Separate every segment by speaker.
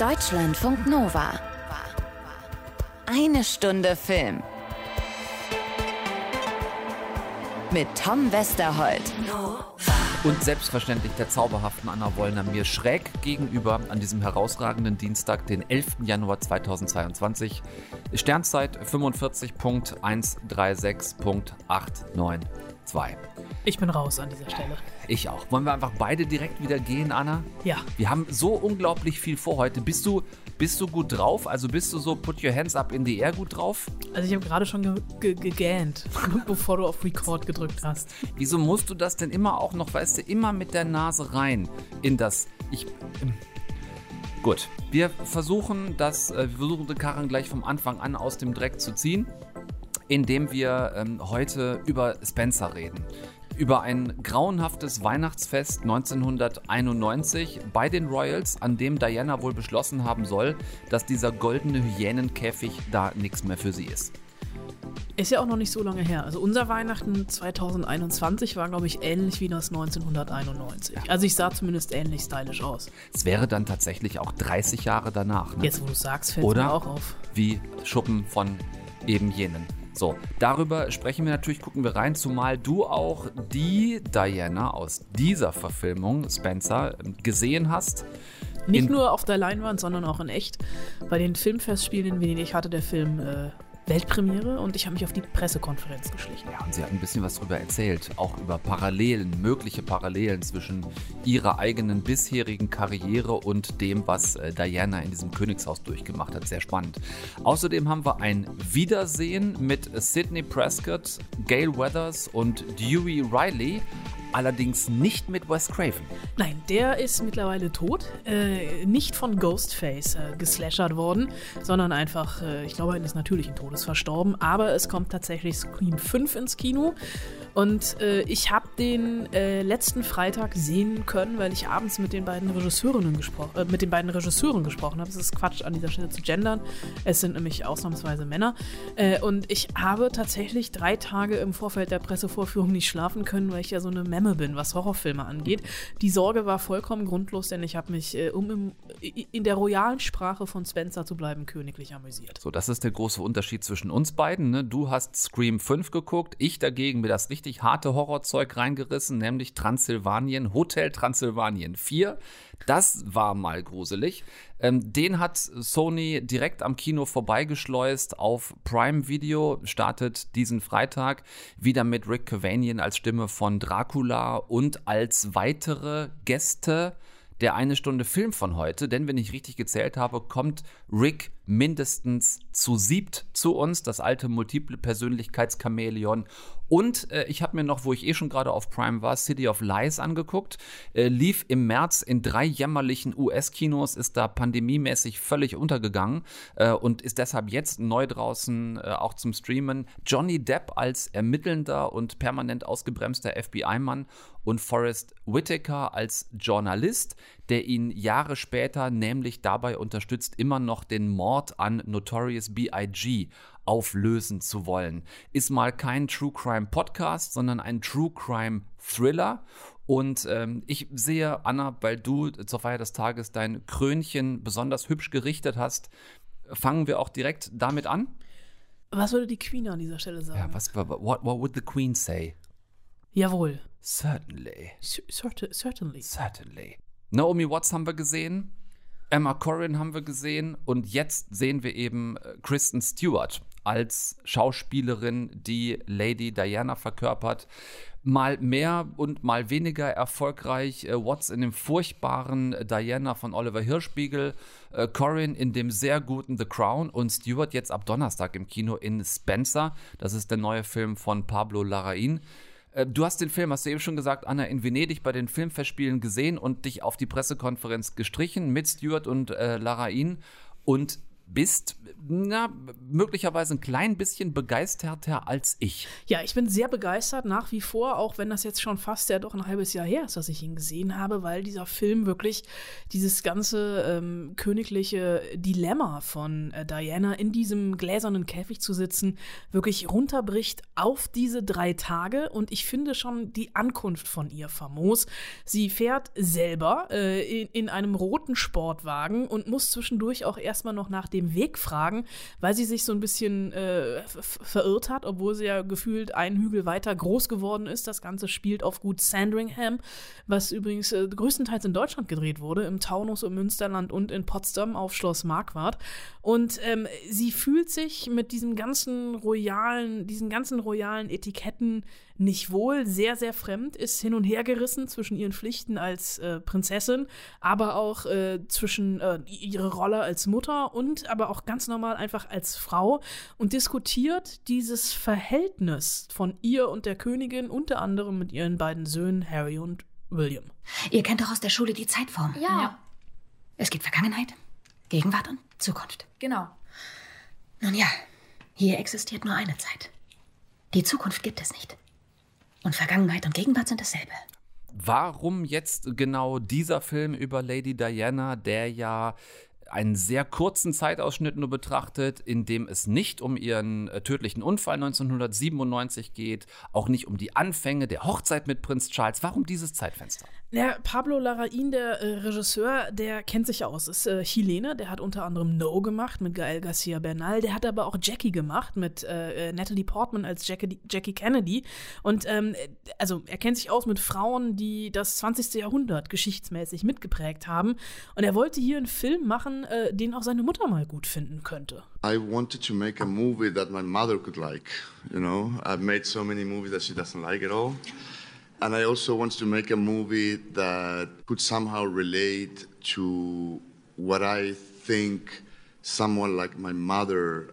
Speaker 1: Deutschlandfunk Nova. Eine Stunde Film. Mit Tom Westerholt.
Speaker 2: Und selbstverständlich der zauberhaften Anna Wollner mir schräg gegenüber an diesem herausragenden Dienstag, den 11. Januar 2022. Sternzeit 45.136.892.
Speaker 3: Ich bin raus an dieser Stelle.
Speaker 2: Ich auch. Wollen wir einfach beide direkt wieder gehen, Anna?
Speaker 3: Ja.
Speaker 2: Wir haben so unglaublich viel vor heute. Bist du gut drauf? Also bist du so put your hands up in the air gut drauf?
Speaker 3: Also ich habe gerade schon gegähnt, bevor du auf Record gedrückt hast.
Speaker 2: Wieso musst du das denn immer auch noch, weißt du, immer mit der Nase rein in das... Gut, wir versuchen den Karren gleich vom Anfang an aus dem Dreck zu ziehen, indem wir heute über Spencer reden. Über ein grauenhaftes Weihnachtsfest 1991 bei den Royals, an dem Diana wohl beschlossen haben soll, dass dieser goldene Hyänenkäfig da nichts mehr für sie ist.
Speaker 3: Ist ja auch noch nicht so lange her. Also unser Weihnachten 2021 war, glaube ich, ähnlich wie das 1991. Ja. Also ich sah zumindest ähnlich stylisch aus.
Speaker 2: Es wäre dann tatsächlich auch 30 Jahre danach. Ne?
Speaker 3: Jetzt, wo du sagst, fällt es mir auch auf.
Speaker 2: Wie Schuppen von eben jenen. So, darüber sprechen wir natürlich, gucken wir rein, zumal du auch die Diana aus dieser Verfilmung, Spencer, gesehen hast.
Speaker 3: Nicht nur auf der Leinwand, sondern auch in echt. Bei den Filmfestspielen in Venedig hatte der Film Weltpremiere und ich habe mich auf die Pressekonferenz geschlichen.
Speaker 2: Ja, und sie hat ein bisschen was darüber erzählt, auch über mögliche Parallelen zwischen ihrer eigenen bisherigen Karriere und dem, was Diana in diesem Königshaus durchgemacht hat. Sehr spannend. Außerdem haben wir ein Wiedersehen mit Sidney Prescott, Gail Weathers und Dewey Riley. Allerdings nicht mit Wes Craven.
Speaker 3: Nein, der ist mittlerweile tot. Nicht von Ghostface geslashert worden, sondern einfach, ich glaube, eines natürlichen Todes verstorben. Aber es kommt tatsächlich Scream 5 ins Kino. Und ich habe den letzten Freitag sehen können, weil ich abends mit den beiden Regisseuren gesprochen habe. Es ist Quatsch, an dieser Stelle zu gendern. Es sind nämlich ausnahmsweise Männer. Und ich habe tatsächlich 3 Tage im Vorfeld der Pressevorführung nicht schlafen können, weil ich ja so eine Memme bin, was Horrorfilme angeht. Die Sorge war vollkommen grundlos, denn ich habe mich, in der royalen Sprache von Spencer zu bleiben, königlich amüsiert.
Speaker 2: So, das ist der große Unterschied zwischen uns beiden. Ne? Du hast Scream 5 geguckt, ich dagegen mir das richtig harte Horrorzeug reingerissen, nämlich Hotel Transylvanien 4. Das war mal gruselig. Den hat Sony direkt am Kino vorbeigeschleust auf Prime Video, startet diesen Freitag wieder mit Rick Cavanian als Stimme von Dracula und als weitere Gäste der eine Stunde Film von heute, denn wenn ich richtig gezählt habe, kommt Rick mindestens zu 7 zu uns, das alte multiple Persönlichkeitschamäleon. Und ich habe mir noch, wo ich schon gerade auf Prime war, City of Lies angeguckt. Lief im März in 3 jämmerlichen US-Kinos, ist da pandemiemäßig völlig untergegangen und ist deshalb jetzt neu draußen auch zum Streamen. Johnny Depp als ermittelnder und permanent ausgebremster FBI-Mann und Forrest Whitaker als Journalist, der ihn Jahre später nämlich dabei unterstützt, immer noch den Mord an Notorious B.I.G. auflösen zu wollen. Ist mal kein True Crime Podcast, sondern ein True Crime Thriller. Und ich sehe, Anna, weil du zur Feier des Tages dein Krönchen besonders hübsch gerichtet hast, fangen wir auch direkt damit an.
Speaker 3: Was würde die Queen an dieser Stelle sagen?
Speaker 2: Ja, what would the Queen say?
Speaker 3: Jawohl.
Speaker 2: Certainly.
Speaker 3: Certainly.
Speaker 2: Naomi Watts haben wir gesehen, Emma Corrin haben wir gesehen und jetzt sehen wir eben Kristen Stewart als Schauspielerin, die Lady Diana verkörpert. Mal mehr und mal weniger erfolgreich. Watts in dem furchtbaren Diana von Oliver Hirschbiegel, Corrin in dem sehr guten The Crown und Stewart jetzt ab Donnerstag im Kino in Spencer. Das ist der neue Film von Pablo Larraín. Du hast den Film, hast du eben schon gesagt, Anna, in Venedig bei den Filmfestspielen gesehen und dich auf die Pressekonferenz gestrichen mit Stewart und Larraín. Und bist, möglicherweise ein klein bisschen begeisterter als ich.
Speaker 3: Ja, ich bin sehr begeistert nach wie vor, auch wenn das jetzt schon fast ja doch ein halbes Jahr her ist, dass ich ihn gesehen habe, weil dieser Film wirklich dieses ganze königliche Dilemma von Diana in diesem gläsernen Käfig zu sitzen, wirklich runterbricht auf diese 3 Tage. Und ich finde schon die Ankunft von ihr famos. Sie fährt selber in einem roten Sportwagen und muss zwischendurch auch erstmal noch nach dem Weg fragen, weil sie sich so ein bisschen verirrt hat, obwohl sie ja gefühlt einen Hügel weiter groß geworden ist. Das Ganze spielt auf Gut Sandringham, was übrigens größtenteils in Deutschland gedreht wurde, im Taunus, im Münsterland und in Potsdam auf Schloss Marquardt. Und sie fühlt sich mit diesen ganzen royalen Etiketten nicht wohl, sehr, sehr fremd, ist hin und her gerissen zwischen ihren Pflichten als Prinzessin, aber auch zwischen ihrer Rolle als Mutter und aber auch ganz normal einfach als Frau und diskutiert dieses Verhältnis von ihr und der Königin, unter anderem mit ihren beiden Söhnen Harry und William.
Speaker 4: Ihr kennt doch aus der Schule die Zeitform.
Speaker 5: Ja.
Speaker 4: Es gibt Vergangenheit, Gegenwart und Zukunft.
Speaker 5: Genau.
Speaker 4: Nun ja, hier existiert nur eine Zeit. Die Zukunft gibt es nicht. Und Vergangenheit und Gegenwart sind dasselbe.
Speaker 2: Warum jetzt genau dieser Film über Lady Diana, der ja einen sehr kurzen Zeitausschnitt nur betrachtet, in dem es nicht um ihren tödlichen Unfall 1997 geht, auch nicht um die Anfänge der Hochzeit mit Prinz Charles. Warum dieses Zeitfenster?
Speaker 3: Ja, Pablo Larraín, der Regisseur, der kennt sich aus, ist Chilene, der hat unter anderem No gemacht mit Gael García Bernal, der hat aber auch Jackie gemacht mit Natalie Portman als Jackie Kennedy und also er kennt sich aus mit Frauen, die das 20. Jahrhundert geschichtsmäßig mitgeprägt haben und er wollte hier einen Film machen, den auch seine Mutter mal gut finden könnte.
Speaker 6: I wanted to make a movie that my mother could like, you know. I've made so many movies that she doesn't like at all. And I also wanted to make a movie that could somehow relate to what I think someone like my mother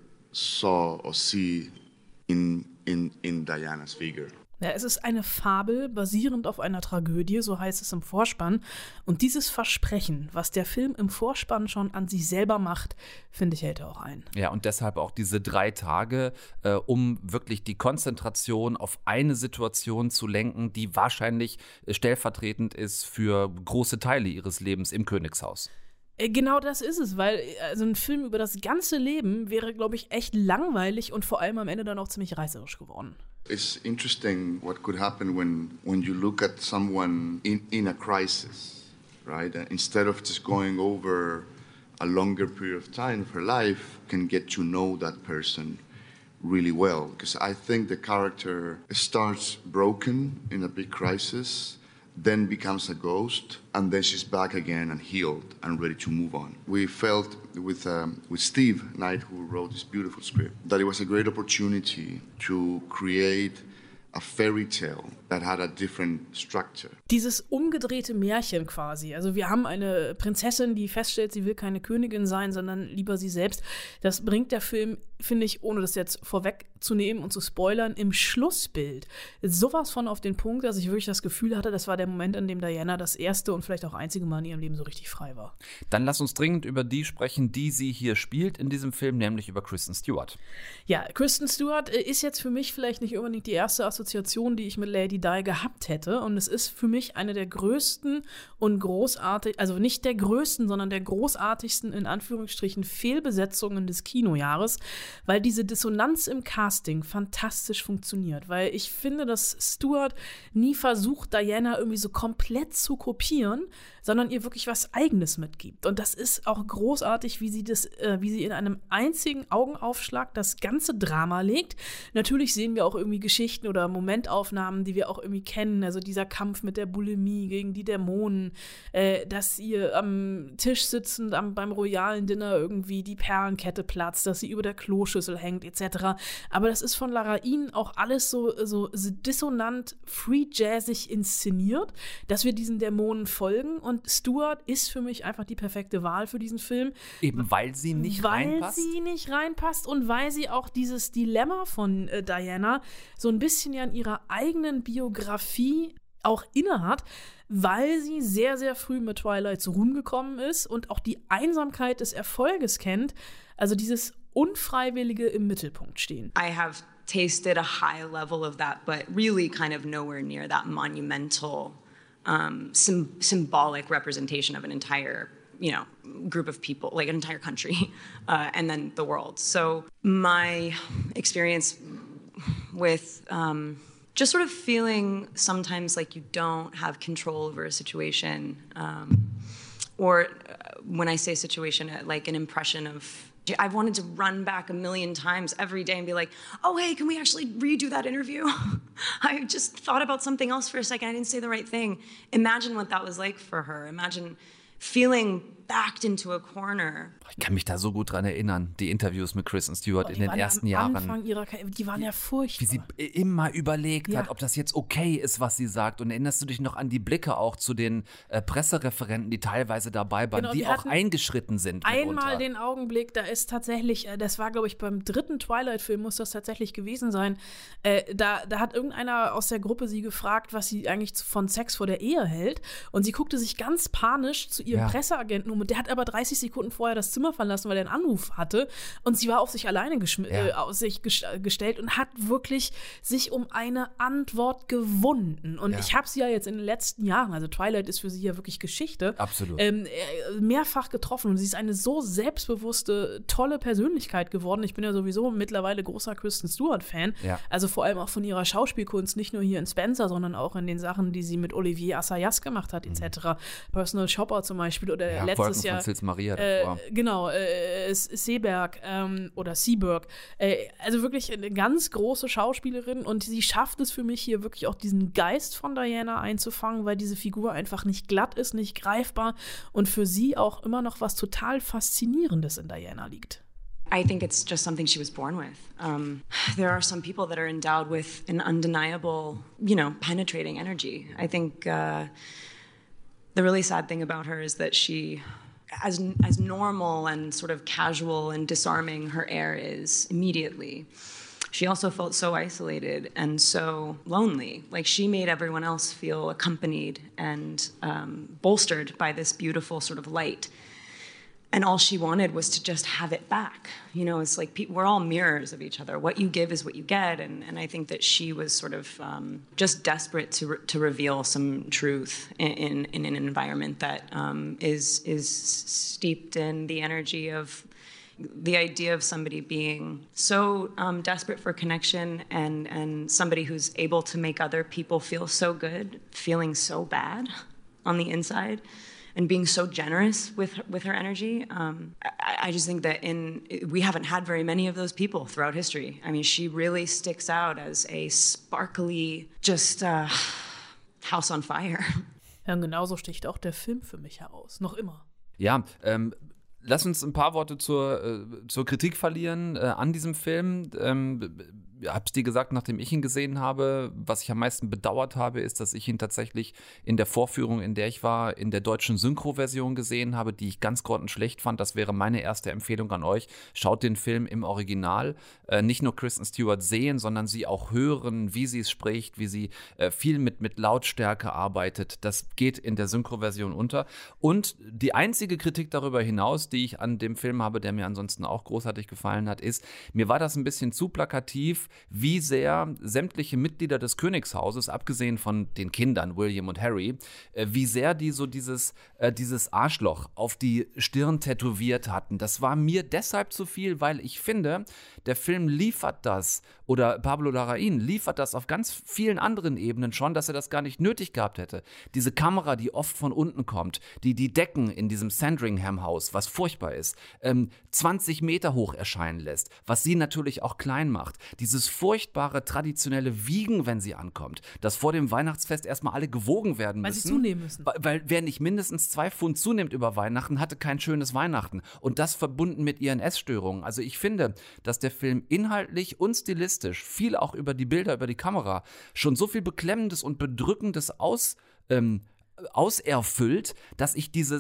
Speaker 6: saw or see in Diana's figure.
Speaker 3: Ja, es ist eine Fabel basierend auf einer Tragödie, so heißt es im Vorspann. Und dieses Versprechen, was der Film im Vorspann schon an sich selber macht, finde ich, hält er auch ein.
Speaker 2: Ja, und deshalb auch diese 3 Tage, um wirklich die Konzentration auf eine Situation zu lenken, die wahrscheinlich stellvertretend ist für große Teile ihres Lebens im Königshaus.
Speaker 3: Genau das ist es, weil also ein Film über das ganze Leben wäre, glaube ich, echt langweilig und vor allem am Ende dann auch ziemlich reißerisch geworden.
Speaker 6: It's interesting what could happen when you look at someone in a crisis, right? Instead of just going over a longer period of time of her life, can get to know that person really well. Because I think the character starts broken in a big crisis, then becomes a ghost, and then she's back again and healed and ready to move on. We felt with Steve Knight, who wrote this beautiful script, that it was a great opportunity to create a fairy tale that had a different structure.
Speaker 3: Dieses umgedrehte Märchen quasi. Also wir haben eine Prinzessin, die feststellt, sie will keine Königin sein, sondern lieber sie selbst. Das bringt der Film, finde ich, ohne das jetzt vorwegzunehmen und zu spoilern, im Schlussbild sowas von auf den Punkt, dass ich wirklich das Gefühl hatte, das war der Moment, an dem Diana das erste und vielleicht auch einzige Mal in ihrem Leben so richtig frei war.
Speaker 2: Dann lass uns dringend über die sprechen, die sie hier spielt in diesem Film, nämlich über Kristen Stewart.
Speaker 3: Ja, Kristen Stewart ist jetzt für mich vielleicht nicht unbedingt die erste Assoziation, die ich mit Lady Di gehabt hätte. Und es ist für mich eine der größten und also nicht der größten, sondern der großartigsten, in Anführungsstrichen, Fehlbesetzungen des Kinojahres, weil diese Dissonanz im Casting fantastisch funktioniert. Weil ich finde, dass Stewart nie versucht, Diana irgendwie so komplett zu kopieren, sondern ihr wirklich was Eigenes mitgibt. Und das ist auch großartig, wie sie in einem einzigen Augenaufschlag das ganze Drama legt. Natürlich sehen wir auch irgendwie Geschichten oder Momentaufnahmen, die wir auch irgendwie kennen. Also dieser Kampf mit der Bulimie gegen die Dämonen, dass ihr am Tisch sitzend beim royalen Dinner irgendwie die Perlenkette platzt, dass sie über der Kloschüssel hängt, etc. Aber das ist von Larraín auch alles so dissonant, free-jazzig inszeniert, dass wir diesen Dämonen folgen. Und Stewart ist für mich einfach die perfekte Wahl für diesen Film.
Speaker 2: Eben weil sie nicht reinpasst?
Speaker 3: Weil sie nicht reinpasst und weil sie auch dieses Dilemma von Diana so ein bisschen ja in ihrer eigenen Biografie auch innehat, weil sie sehr, sehr früh mit Twilight zu Ruhm gekommen ist und auch die Einsamkeit des Erfolges kennt, also dieses Unfreiwillige im Mittelpunkt stehen.
Speaker 5: I have tasted a high level of that, but really kind of nowhere near that monumental, symbolic representation of an entire, group of people, like an entire country, and then the world. So my experience with just sort of feeling sometimes like you don't have control over a situation, or when I say situation, like an impression of, I've wanted to run back a million times every day and be like, oh, hey, can we actually redo that interview? I just thought about something else for a second. I didn't say the right thing. Imagine what that was like for her. Imagine feeling backed into a corner.
Speaker 2: Ich kann mich da so gut dran erinnern, die Interviews mit Kristen Stewart in den ersten Jahren.
Speaker 3: Anfang ihrer Karriere, die waren ja furchtbar.
Speaker 2: Wie sie immer überlegt hat, ob das jetzt okay ist, was sie sagt. Und erinnerst du dich noch an die Blicke auch zu den Pressereferenten, die teilweise dabei waren, die auch eingeschritten sind.
Speaker 3: Einmal den Augenblick, da ist tatsächlich, das war glaube ich beim 3. Twilight-Film, muss das tatsächlich gewesen sein, da hat irgendeiner aus der Gruppe sie gefragt, was sie eigentlich von Sex vor der Ehe hält. Und sie guckte sich ganz panisch zu ihrem Presseagenten um. Und der hat aber 30 Sekunden vorher das Zimmer verlassen, weil er einen Anruf hatte. Und sie war auf sich alleine gestellt und hat wirklich sich um eine Antwort gewunden. Und ich habe sie ja jetzt in den letzten Jahren, also Twilight ist für sie ja wirklich Geschichte,
Speaker 2: absolut,
Speaker 3: mehrfach getroffen. Und sie ist eine so selbstbewusste, tolle Persönlichkeit geworden. Ich bin ja sowieso mittlerweile großer Kristen Stewart-Fan. Ja. Also vor allem auch von ihrer Schauspielkunst, nicht nur hier in Spencer, sondern auch in den Sachen, die sie mit Olivier Assayas gemacht hat, etc. Personal Shopper zum Beispiel oder letztes Jahr
Speaker 2: Maria davor.
Speaker 3: Genau, Seberg oder Seberg. Also wirklich eine ganz große Schauspielerin und sie schafft es für mich hier wirklich auch diesen Geist von Diana einzufangen, weil diese Figur einfach nicht glatt ist, nicht greifbar und für sie auch immer noch was total Faszinierendes in Diana liegt.
Speaker 5: I think it's just something she was born with. There are some people that are endowed with an undeniable, penetrating energy. I think the really sad thing about her is that she, as normal and sort of casual and disarming her air is immediately, she also felt so isolated and so lonely. Like she made everyone else feel accompanied and bolstered by this beautiful sort of light. And all she wanted was to just have it back. It's like we're all mirrors of each other. What you give is what you get. And I think that she was sort of just desperate to reveal some truth in an environment that is steeped in the energy of the idea of somebody being so desperate for connection and somebody who's able to make other people feel so good, feeling so bad on the inside. And being so generous with her energy, I just think that we haven't had very many of those people throughout history. I mean, she really sticks out as a sparkly, just house on fire.
Speaker 3: Ja, und genauso sticht auch der Film für mich heraus, noch immer.
Speaker 2: Ja, lass uns ein paar Worte zur Kritik verlieren an diesem Film. Hab's dir gesagt, nachdem ich ihn gesehen habe, was ich am meisten bedauert habe, ist, dass ich ihn tatsächlich in der Vorführung, in der ich war, in der deutschen Synchro-Version gesehen habe, die ich ganz grottenschlecht fand. Das wäre meine erste Empfehlung an euch. Schaut den Film im Original. Nicht nur Kristen Stewart sehen, sondern sie auch hören, wie sie es spricht, wie sie viel mit Lautstärke arbeitet. Das geht in der Synchro-Version unter. Und die einzige Kritik darüber hinaus, die ich an dem Film habe, der mir ansonsten auch großartig gefallen hat, ist, mir war das ein bisschen zu plakativ, wie sehr sämtliche Mitglieder des Königshauses, abgesehen von den Kindern William und Harry, wie sehr die so dieses Arschloch auf die Stirn tätowiert hatten. Das war mir deshalb zu viel, weil ich finde, der Film liefert das, oder Pablo Larraín liefert das auf ganz vielen anderen Ebenen schon, dass er das gar nicht nötig gehabt hätte. Diese Kamera, die oft von unten kommt, die Decken in diesem Sandringham-Haus, was furchtbar ist, 20 Meter hoch erscheinen lässt, was sie natürlich auch klein macht. Dieses furchtbare traditionelle Wiegen, wenn sie ankommt, dass vor dem Weihnachtsfest erstmal alle gewogen werden müssen.
Speaker 3: Weil sie zunehmen müssen.
Speaker 2: Weil wer nicht mindestens 2 Pfund zunimmt über Weihnachten, hatte kein schönes Weihnachten. Und das verbunden mit ihren Essstörungen. Also ich finde, dass der Film inhaltlich und stilistisch, viel auch über die Bilder, über die Kamera, schon so viel Beklemmendes und Bedrückendes auserfüllt, dass ich dieses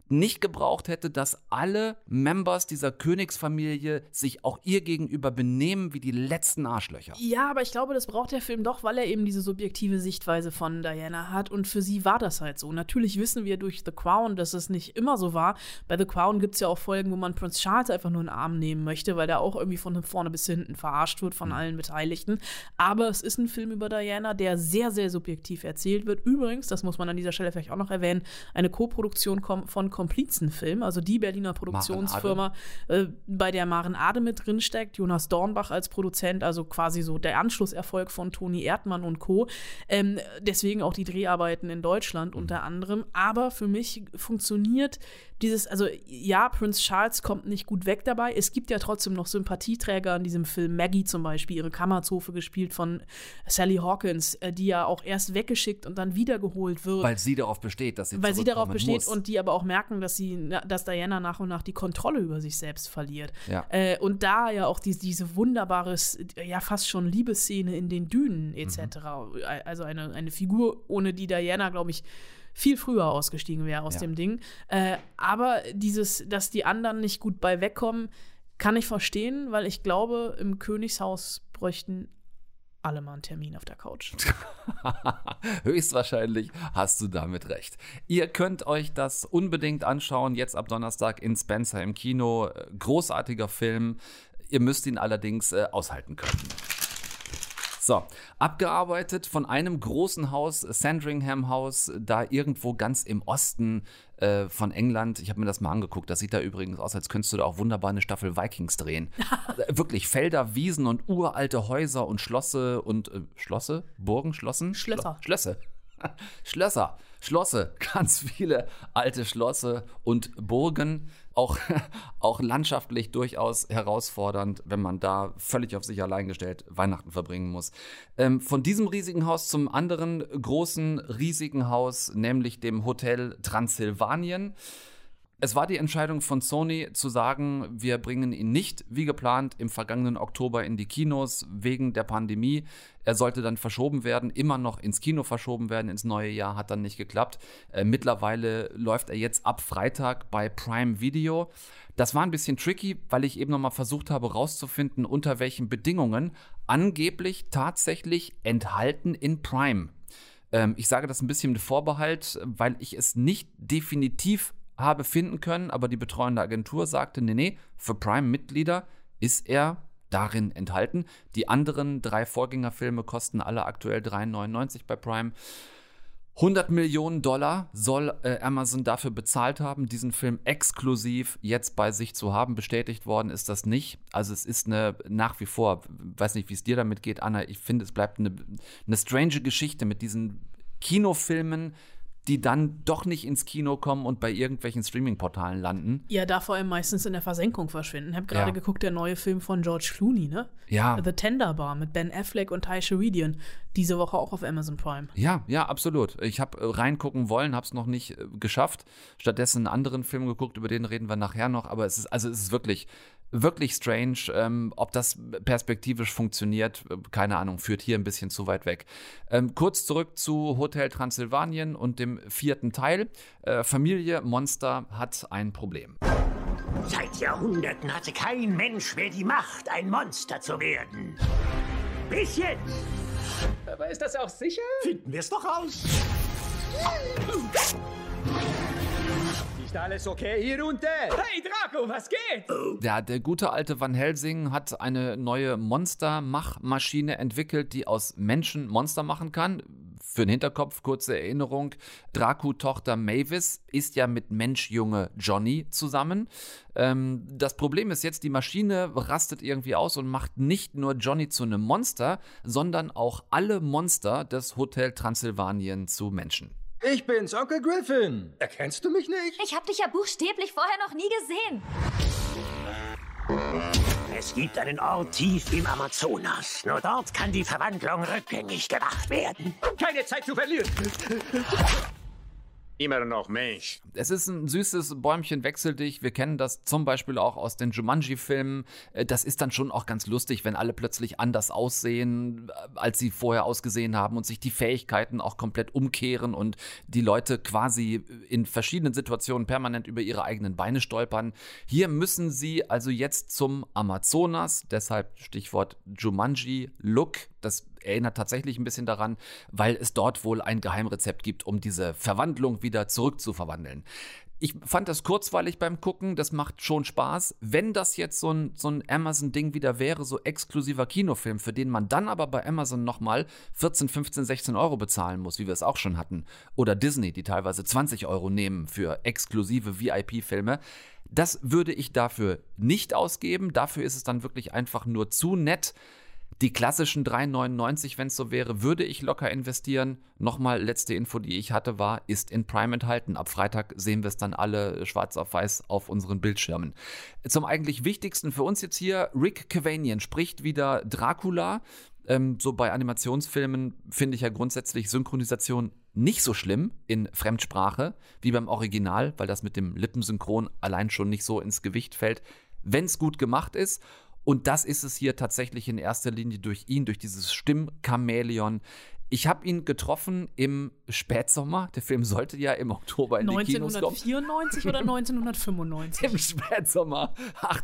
Speaker 2: nicht gebraucht hätte, dass alle Members dieser Königsfamilie sich auch ihr gegenüber benehmen wie die letzten Arschlöcher.
Speaker 3: Ja, aber ich glaube, das braucht der Film doch, weil er eben diese subjektive Sichtweise von Diana hat und für sie war das halt so. Natürlich wissen wir durch The Crown, dass es nicht immer so war. Bei The Crown gibt es ja auch Folgen, wo man Prince Charles einfach nur in den Arm nehmen möchte, weil der auch irgendwie von vorne bis hinten verarscht wird von allen Beteiligten. Aber es ist ein Film über Diana, der sehr, sehr subjektiv erzählt wird. Übrigens, das muss man an dieser Stelle vielleicht auch noch erwähnen, eine Co-Produktion von Komplizenfilm, also die Berliner Produktionsfirma, bei der Maren Ade mit drin steckt, Jonas Dornbach als Produzent, also quasi so der Anschlusserfolg von Toni Erdmann und Co. Deswegen auch die Dreharbeiten in Deutschland unter anderem. Aber für mich funktioniert dieses, also ja, Prince Charles kommt nicht gut weg dabei. Es gibt ja trotzdem noch Sympathieträger in diesem Film. Maggie zum Beispiel, ihre Kammerzofe gespielt von Sally Hawkins, die ja auch erst weggeschickt und dann wiedergeholt wird.
Speaker 2: Weil sie darauf besteht, dass sie
Speaker 3: Weil sie darauf besteht
Speaker 2: muss.
Speaker 3: Und die aber auch merken, dass Diana nach und nach die Kontrolle über sich selbst verliert.
Speaker 2: Ja.
Speaker 3: Und da ja auch diese wunderbare, ja fast schon Liebesszene in den Dünen etc. Also eine Figur, ohne die Diana, glaube ich, viel früher ausgestiegen wäre aus dem Ding. Aber dass die anderen nicht gut bei wegkommen, kann ich verstehen, weil ich glaube, im Königshaus bräuchten alle mal einen Termin auf der Couch.
Speaker 2: Höchstwahrscheinlich hast du damit recht. Ihr könnt euch das unbedingt anschauen, jetzt ab Donnerstag in Spencer im Kino. Großartiger Film. Ihr müsst ihn allerdings aushalten können. So, abgearbeitet von einem großen Haus, Sandringham House, da irgendwo ganz im Osten von England. Ich habe mir das mal angeguckt. Das sieht da übrigens aus, als könntest du da auch wunderbar eine Staffel Vikings drehen. Wirklich Felder, Wiesen und uralte Häuser und Schlosse und Schlosse? Burgen? Schlossen?
Speaker 3: Schlösser.
Speaker 2: Schlosse, ganz viele alte Schlosse und Burgen, auch landschaftlich durchaus herausfordernd, wenn man da völlig auf sich allein gestellt Weihnachten verbringen muss. Von diesem riesigen Haus zum anderen großen, riesigen Haus, nämlich dem Hotel Transsilvanien. Es war die Entscheidung von Sony zu sagen, wir bringen ihn nicht, wie geplant, im vergangenen Oktober in die Kinos wegen der Pandemie. Er sollte dann verschoben werden, immer noch ins Kino verschoben werden, ins neue Jahr, hat dann nicht geklappt. Mittlerweile läuft er jetzt ab Freitag bei Prime Video. Das war ein bisschen tricky, weil ich eben nochmal versucht habe rauszufinden, unter welchen Bedingungen angeblich tatsächlich enthalten in Prime. Ich sage das ein bisschen mit Vorbehalt, weil ich es nicht definitiv habe finden können, aber die betreuende Agentur sagte, nee, für Prime-Mitglieder ist er darin enthalten. Die anderen 3 Vorgängerfilme kosten alle aktuell $3,99 bei Prime. $100 Millionen soll Amazon dafür bezahlt haben, diesen Film exklusiv jetzt bei sich zu haben. Bestätigt worden ist das nicht. Also es ist nach wie vor, weiß nicht, wie es dir damit geht, Anna, ich finde, es bleibt eine strange Geschichte mit diesen Kinofilmen, die dann doch nicht ins Kino kommen und bei irgendwelchen Streaming-Portalen landen.
Speaker 3: Ja, da vor allem meistens in der Versenkung verschwinden. Ich habe gerade geguckt, der neue Film von George Clooney, ne?
Speaker 2: Ja.
Speaker 3: The Tender Bar mit Ben Affleck und Ty Sheridan. Diese Woche auch auf Amazon Prime.
Speaker 2: Ja, absolut. Ich habe reingucken wollen, habe es noch nicht geschafft. Stattdessen einen anderen Film geguckt, über den reden wir nachher noch. Aber es ist wirklich strange. Ob das perspektivisch funktioniert, keine Ahnung, führt hier ein bisschen zu weit weg. Kurz zurück zu Hotel Transsilvanien und dem 4. Teil. Familie Monster hat ein Problem.
Speaker 7: Seit Jahrhunderten hatte kein Mensch mehr die Macht, ein Monster zu werden. Bis jetzt.
Speaker 8: Aber ist das auch sicher?
Speaker 7: Finden wir es doch raus.
Speaker 8: Ist alles okay hier unten? Hey Draco, was geht?
Speaker 2: Ja, der gute alte Van Helsing hat eine neue Monstermachmaschine entwickelt, die aus Menschen Monster machen kann. Für den Hinterkopf, kurze Erinnerung, Draco-Tochter Mavis ist ja mit Menschjunge Johnny zusammen. Das Problem ist jetzt, die Maschine rastet irgendwie aus und macht nicht nur Johnny zu einem Monster, sondern auch alle Monster des Hotel Transsilvanien zu Menschen.
Speaker 8: Ich bin's, Onkel Griffin. Erkennst du mich nicht?
Speaker 9: Ich hab dich ja buchstäblich vorher noch nie gesehen.
Speaker 7: Es gibt einen Ort tief im Amazonas. Nur dort kann die Verwandlung rückgängig gemacht werden.
Speaker 8: Keine Zeit zu verlieren.
Speaker 7: Immer noch Mensch.
Speaker 2: Es ist ein süßes Bäumchen wechseldich. Wir kennen das zum Beispiel auch aus den Jumanji-Filmen. Das ist dann schon auch ganz lustig, wenn alle plötzlich anders aussehen, als sie vorher ausgesehen haben und sich die Fähigkeiten auch komplett umkehren und die Leute quasi in verschiedenen Situationen permanent über ihre eigenen Beine stolpern. Hier müssen sie also jetzt zum Amazonas, deshalb Stichwort Jumanji-Look. Das erinnert tatsächlich ein bisschen daran, weil es dort wohl ein Geheimrezept gibt, um diese Verwandlung wieder zurückzuverwandeln. Ich fand das kurzweilig beim Gucken, das macht schon Spaß. Wenn das jetzt so ein Amazon-Ding wieder wäre, so exklusiver Kinofilm, für den man dann aber bei Amazon nochmal 14, 15, 16 Euro bezahlen muss, wie wir es auch schon hatten, oder Disney, die teilweise 20 Euro nehmen für exklusive VIP-Filme, das würde ich dafür nicht ausgeben. Dafür ist es dann wirklich einfach nur zu nett. Die klassischen 3,99, wenn es so wäre, würde ich locker investieren. Nochmal, letzte Info, die ich hatte, war, ist in Prime enthalten. Ab Freitag sehen wir es dann alle schwarz auf weiß auf unseren Bildschirmen. Zum eigentlich Wichtigsten für uns jetzt hier, Rick Cavanian spricht wieder Dracula. So bei Animationsfilmen finde ich ja grundsätzlich Synchronisation nicht so schlimm in Fremdsprache wie beim Original, weil das mit dem Lippensynchron allein schon nicht so ins Gewicht fällt, wenn es gut gemacht ist. Und das ist es hier tatsächlich in erster Linie durch ihn, durch dieses Stimmchamäleon. Ich habe ihn getroffen im Spätsommer. Der Film sollte ja im Oktober in die Kinos kommen.
Speaker 3: 1994 oder 1995?
Speaker 2: Im Spätsommer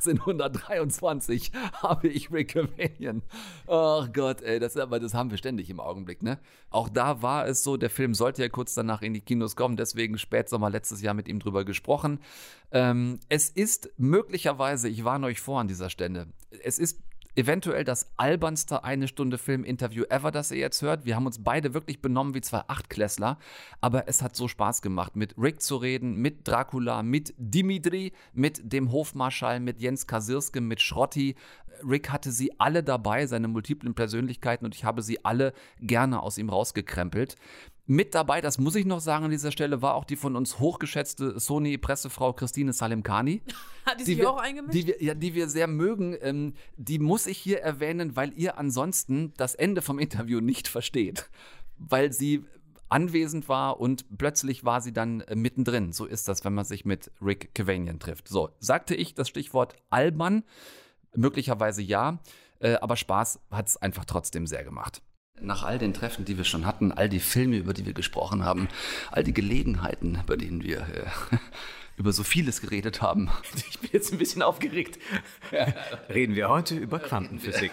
Speaker 2: 1823 habe ich Rick Cavanian. Ach Gott, ey, das haben wir ständig im Augenblick, ne? Auch da war es so, der Film sollte ja kurz danach in die Kinos kommen, deswegen Spätsommer letztes Jahr mit ihm drüber gesprochen. Es ist möglicherweise, ich warne euch vor an dieser Stelle, es ist eventuell das albernste 1-Stunde-Film-Interview ever, das ihr jetzt hört. Wir haben uns beide wirklich benommen wie zwei Achtklässler, aber es hat so Spaß gemacht, mit Rick zu reden, mit Dracula, mit Dimitri, mit dem Hofmarschall, mit Jens Kasirske, mit Schrotti. Rick hatte sie alle dabei, seine multiplen Persönlichkeiten, und ich habe sie alle gerne aus ihm rausgekrempelt. Mit dabei, das muss ich noch sagen an dieser Stelle, war auch die von uns hochgeschätzte Sony-Pressefrau Christine Salimkhani.
Speaker 3: Hat die sich auch eingemischt?
Speaker 2: Die wir sehr mögen. Die muss ich hier erwähnen, weil ihr ansonsten das Ende vom Interview nicht versteht. Weil sie anwesend war und plötzlich war sie dann mittendrin. So ist das, wenn man sich mit Rick Cavanian trifft. So, sagte ich das Stichwort albern? Möglicherweise ja, aber Spaß hat es einfach trotzdem sehr gemacht. Nach all den Treffen, die wir schon hatten, all die Filme, über die wir gesprochen haben, all die Gelegenheiten, bei denen wir über so vieles geredet haben.
Speaker 10: Ich bin jetzt ein bisschen aufgeregt. Reden wir heute über Quantenphysik.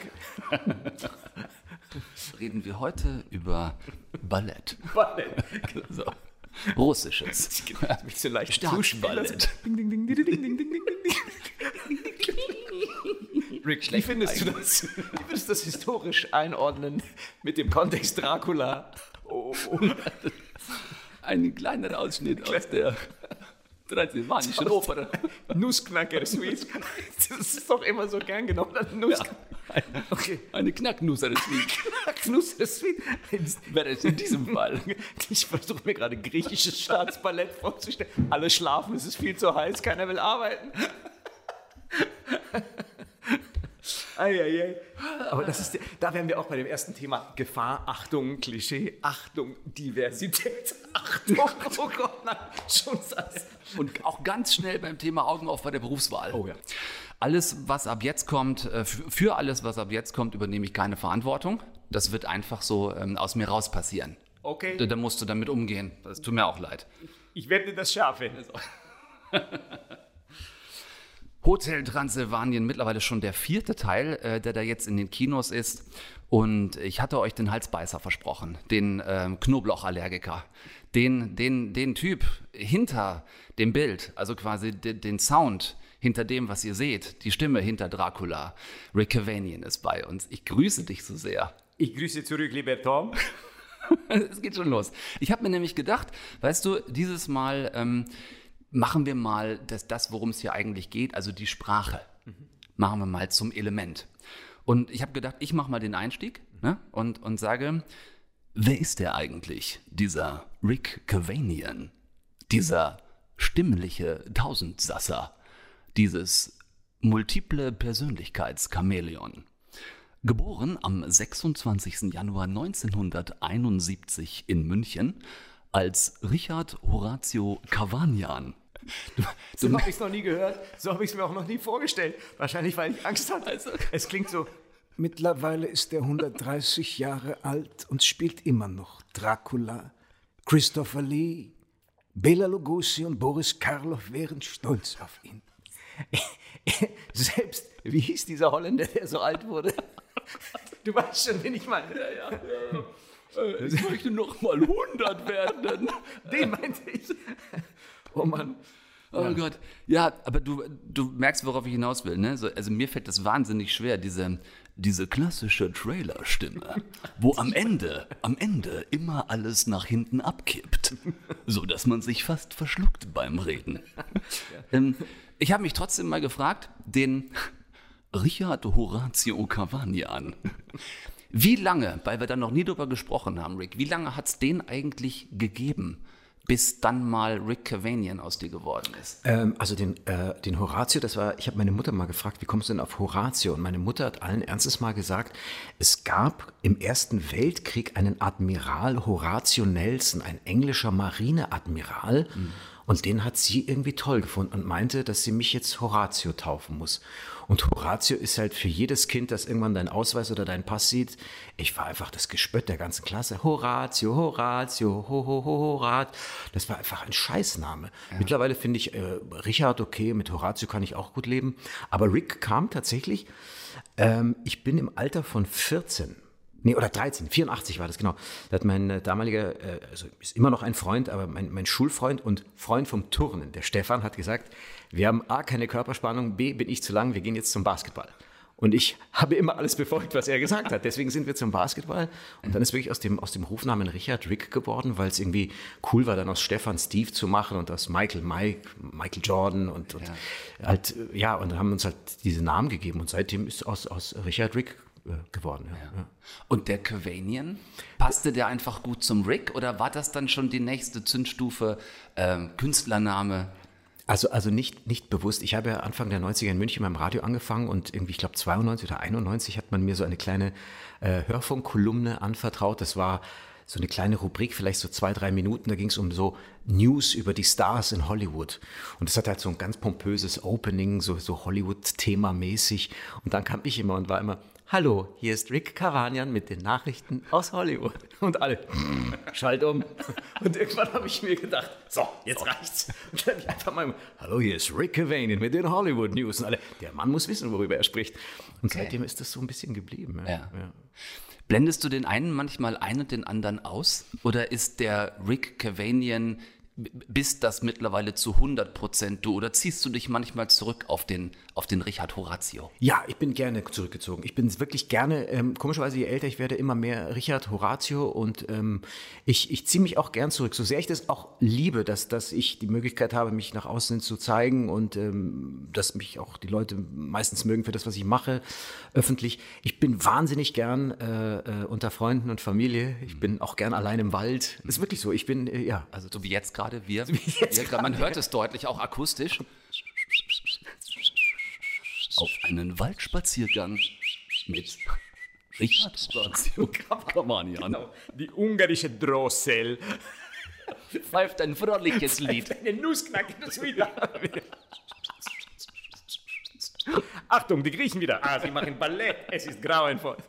Speaker 2: Reden wir heute über Ballett.
Speaker 10: Ballett.
Speaker 2: So. Russisches.
Speaker 10: Das mich so leicht
Speaker 2: Staatsballett.
Speaker 10: Rick, wie findest du das? Wie würdest du das historisch einordnen mit dem Kontext Dracula? Oh.
Speaker 2: Ein kleiner Ausschnitt aus der Transsilvanischen Oper.
Speaker 10: Nussknacker Suite. Das ist doch immer so gern genommen.
Speaker 2: Eine Knacknusser-Suite.
Speaker 10: Knacknusser-Suite
Speaker 2: wäre es in diesem Fall.
Speaker 10: Ich versuche mir gerade griechisches Staatsballett vorzustellen. Alle schlafen, es ist viel zu heiß, keiner will arbeiten. Eieiei. Aber da wären wir auch bei dem ersten Thema. Gefahr, Achtung, Klischee, Achtung, Diversität, Achtung, oh Gott, nein, schon das.
Speaker 2: Und auch ganz schnell beim Thema Augen auf bei der Berufswahl.
Speaker 10: Oh ja.
Speaker 2: Alles, was ab jetzt kommt, für alles, was ab jetzt kommt, übernehme ich keine Verantwortung. Das wird einfach so aus mir raus passieren.
Speaker 10: Okay.
Speaker 2: Da musst du damit umgehen. Das tut mir auch leid.
Speaker 10: Ich werde das schärfen.
Speaker 2: Hotel Transsilvanien, mittlerweile schon der 4. Teil, der da jetzt in den Kinos ist. Und ich hatte euch den Halsbeißer versprochen, den Knoblauchallergiker, den Typ hinter dem Bild, also quasi den Sound hinter dem, was ihr seht, die Stimme hinter Dracula. Rick Cavanian ist bei uns. Ich grüße dich so sehr.
Speaker 10: Ich grüße zurück, lieber Tom.
Speaker 2: Es geht schon los. Ich habe mir nämlich gedacht, weißt du, dieses Mal machen wir mal das, worum es hier eigentlich geht, also die Sprache. Machen wir mal zum Element. Und ich habe gedacht, ich mache mal den Einstieg, ne? und sage, wer ist der eigentlich, dieser Rick Cavanian, dieser stimmliche Tausendsasser, dieses multiple Persönlichkeitschamäleon? Geboren am 26. Januar 1971 in München,
Speaker 11: als Richard Horatio Cavanian.
Speaker 10: So habe ich es noch nie gehört, so habe ich es mir auch noch nie vorgestellt. Wahrscheinlich, weil ich Angst hatte. Also, es klingt so...
Speaker 12: Mittlerweile ist er 130 Jahre alt und spielt immer noch Dracula. Christopher Lee, Bela Lugosi und Boris Karloff wären stolz auf ihn.
Speaker 10: Selbst, wie hieß dieser Holländer, der so alt wurde? Du weißt schon, wen ich meine. Ja.
Speaker 11: Ich möchte noch mal 100 werden.
Speaker 10: Den meinte ich. Oh Mann.
Speaker 2: Oh Gott. Ja, aber du merkst, worauf ich hinaus will, ne? Also mir fällt das wahnsinnig schwer, diese klassische Trailer-Stimme, wo am Ende immer alles nach hinten abkippt, so dass man sich fast verschluckt beim Reden. Ich habe mich trotzdem mal gefragt, den Richard Horatio Cavanian, wie lange, weil wir da noch nie drüber gesprochen haben, Rick, wie lange hat es den eigentlich gegeben, bis dann mal Rick Cavanian aus dir geworden ist?
Speaker 10: Also den Horatio, ich habe meine Mutter mal gefragt, wie kommst du denn auf Horatio? Und meine Mutter hat allen Ernstes mal gesagt, es gab im Ersten Weltkrieg einen Admiral Horatio Nelson, ein englischer Marineadmiral. Und den hat sie irgendwie toll gefunden und meinte, dass sie mich jetzt Horatio taufen muss. Und Horatio ist halt für jedes Kind, das irgendwann deinen Ausweis oder deinen Pass sieht, ich war einfach das Gespött der ganzen Klasse. Horatio, Horatio, Horat. Das war einfach ein Scheißname. Ja. Mittlerweile finde ich Richard okay, mit Horatio kann ich auch gut leben. Aber Rick kam tatsächlich, ich bin im Alter von 13 oder 13, 84 war das, genau. Da hat mein damaliger, also ist immer noch ein Freund, aber mein Schulfreund und Freund vom Turnen, der Stefan, hat gesagt, wir haben A, keine Körperspannung, B, bin ich zu lang, wir gehen jetzt zum Basketball. Und ich habe immer alles befolgt, was er gesagt hat. Deswegen sind wir zum Basketball. Und dann ist wirklich aus dem Rufnamen Richard Rick geworden, weil es irgendwie cool war, dann aus Stefan Steve zu machen und aus Michael Jordan und halt, ja, und haben uns halt diese Namen gegeben. Und seitdem ist aus Richard Rick geworden. Ja.
Speaker 2: Und der Cavanian, passte der einfach gut zum Rick oder war das dann schon die nächste Zündstufe, Künstlername?
Speaker 10: Also nicht bewusst. Ich habe ja Anfang der 90er in München beim Radio angefangen und irgendwie, ich glaube 92 oder 91 hat man mir so eine kleine Hörfunkkolumne anvertraut. Das war so eine kleine Rubrik, vielleicht so 2-3 Minuten, da ging es um so News über die Stars in Hollywood. Und das hat halt so ein ganz pompöses Opening, so Hollywood-Thema-mäßig. Und dann kam ich immer und war immer, hallo, hier ist Rick Cavanian mit den Nachrichten aus Hollywood. Und alle, schalt um. Und irgendwann habe ich mir gedacht, so, jetzt reicht's. Und dann habe ich einfach mal, hallo, hier ist Rick Cavanian mit den Hollywood News. Und alle, der Mann muss wissen, worüber er spricht. Und seitdem ist das so ein bisschen geblieben. Ja.
Speaker 2: Blendest du den einen manchmal ein und den anderen aus? Oder ist der Rick Cavanian, bist das mittlerweile zu 100% du? Oder ziehst du dich manchmal zurück auf den Richard Horatio?
Speaker 10: Ja, ich bin gerne zurückgezogen. Ich bin wirklich gerne, komischerweise je älter ich werde, immer mehr Richard Horatio und ich ziehe mich auch gern zurück. So sehr ich das auch liebe, dass ich die Möglichkeit habe, mich nach außen zu zeigen und dass mich auch die Leute meistens mögen für das, was ich mache, öffentlich. Ich bin wahnsinnig gern unter Freunden und Familie. Ich bin auch gern allein im Wald. Das ist wirklich so. Ich bin,
Speaker 2: also so wie jetzt gerade. Man hört es deutlich, auch akustisch.
Speaker 11: Auf einen Waldspaziergang mit Richard Horatio Cavanian.
Speaker 10: Genau, die ungarische Drossel.
Speaker 2: Pfeift ein fröhliches Lied.
Speaker 10: Eine Nussknacker, das wieder. Achtung, die Griechen wieder. Sie machen Ballett. Es ist grauenvoll.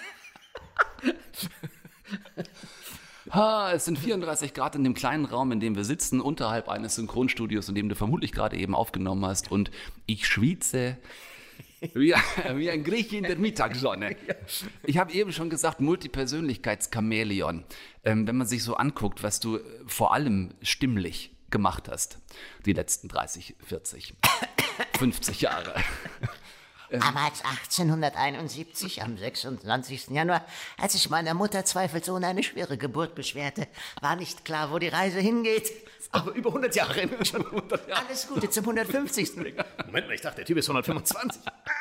Speaker 2: Es sind 34 Grad in dem kleinen Raum, in dem wir sitzen, unterhalb eines Synchronstudios, in dem du vermutlich gerade eben aufgenommen hast. Und ich schwitze wie ein Grieche in der Mittagssonne. Ich habe eben schon gesagt, Multipersönlichkeitschamäleon. Wenn man sich so anguckt, was du vor allem stimmlich gemacht hast, die letzten 30, 40, 50 Jahre.
Speaker 7: Damals 1871, am 26. Januar, als sich meiner Mutter zweifelsohne eine schwere Geburt beschwerte, war nicht klar, wo die Reise hingeht.
Speaker 10: Aber über 100 Jahre. Schon 100 Jahre.
Speaker 7: Alles Gute zum 150.
Speaker 10: Moment mal, ich dachte, der Typ ist 125.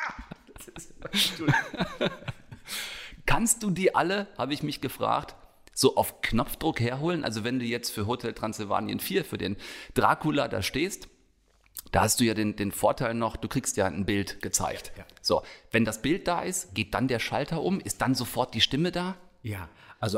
Speaker 2: Kannst du die alle, habe ich mich gefragt, so auf Knopfdruck herholen? Also wenn du jetzt für Hotel Transylvanien 4, für den Dracula da stehst, da hast du ja den Vorteil noch, du kriegst ja ein Bild gezeigt. Ja. So, wenn das Bild da ist, geht dann der Schalter um, ist dann sofort die Stimme da?
Speaker 10: Ja, also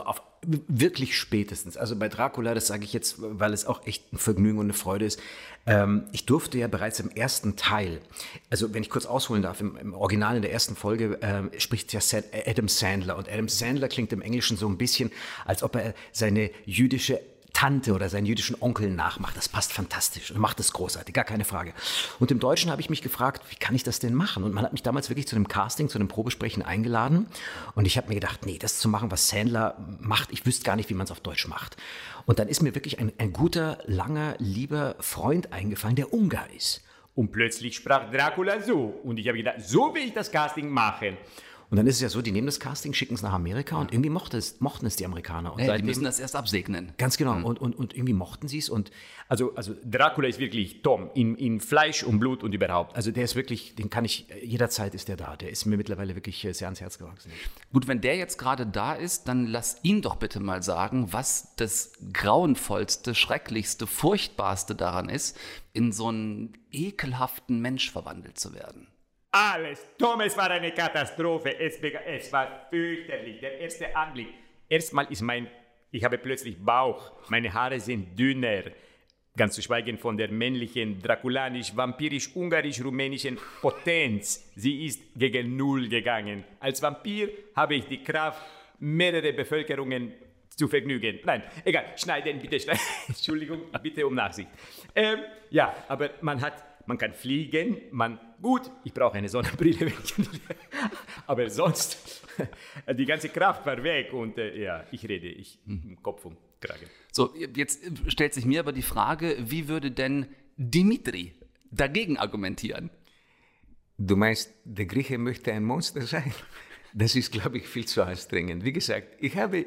Speaker 10: wirklich spätestens. Also bei Dracula, das sage ich jetzt, weil es auch echt ein Vergnügen und eine Freude ist. Ich durfte ja bereits im ersten Teil, also wenn ich kurz ausholen darf, im Original in der ersten Folge spricht ja Adam Sandler. Und Adam Sandler klingt im Englischen so ein bisschen, als ob er seine jüdische Tante oder seinen jüdischen Onkel nachmacht. Das passt fantastisch und macht es großartig, gar keine Frage. Und im Deutschen habe ich mich gefragt, wie kann ich das denn machen? Und man hat mich damals wirklich zu einem Casting, zu einem Probesprechen eingeladen. Und ich habe mir gedacht, nee, das zu machen, was Sandler macht, ich wüsste gar nicht, wie man es auf Deutsch macht. Und dann ist mir wirklich ein guter, langer, lieber Freund eingefallen, der Ungar ist.
Speaker 13: Und plötzlich sprach Dracula so. Und ich habe gedacht, so will ich das Casting machen.
Speaker 10: Und dann ist es ja so, die nehmen das Casting, schicken es nach Amerika und irgendwie mochten es die Amerikaner. Und
Speaker 2: die müssen das erst absegnen.
Speaker 10: Ganz genau. Und irgendwie mochten sie es. Und
Speaker 13: also Dracula ist wirklich Tom, in Fleisch und Blut und überhaupt.
Speaker 10: Also der ist wirklich, den kann ich, jederzeit ist der da. Der ist mir mittlerweile wirklich sehr ans Herz gewachsen.
Speaker 2: Gut, wenn der jetzt gerade da ist, dann lass ihn doch bitte mal sagen, was das grauenvollste, schrecklichste, furchtbarste daran ist, in so einen ekelhaften Mensch verwandelt zu werden.
Speaker 13: Alles. Tom, es war eine Katastrophe. Es war fürchterlich. Der erste Anblick. Erstmal ich habe plötzlich Bauch. Meine Haare sind dünner. Ganz zu schweigen von der männlichen, draculanisch, vampirisch, ungarisch-rumänischen Potenz. Sie ist gegen Null gegangen. Als Vampir habe ich die Kraft, mehrere Bevölkerungen zu vergnügen. Nein, egal. Schneiden, bitte schneiden. Entschuldigung, bitte um Nachsicht. Ja, aber man kann fliegen, gut, ich brauche eine Sonnenbrille, aber sonst, die ganze Kraft war weg und ich rede, Kopf und Kragen.
Speaker 2: So, jetzt stellt sich mir aber die Frage, wie würde denn Dimitri dagegen argumentieren?
Speaker 12: Du meinst, der Grieche möchte ein Monster sein? Das ist, glaube ich, viel zu anstrengend. Wie gesagt, ich habe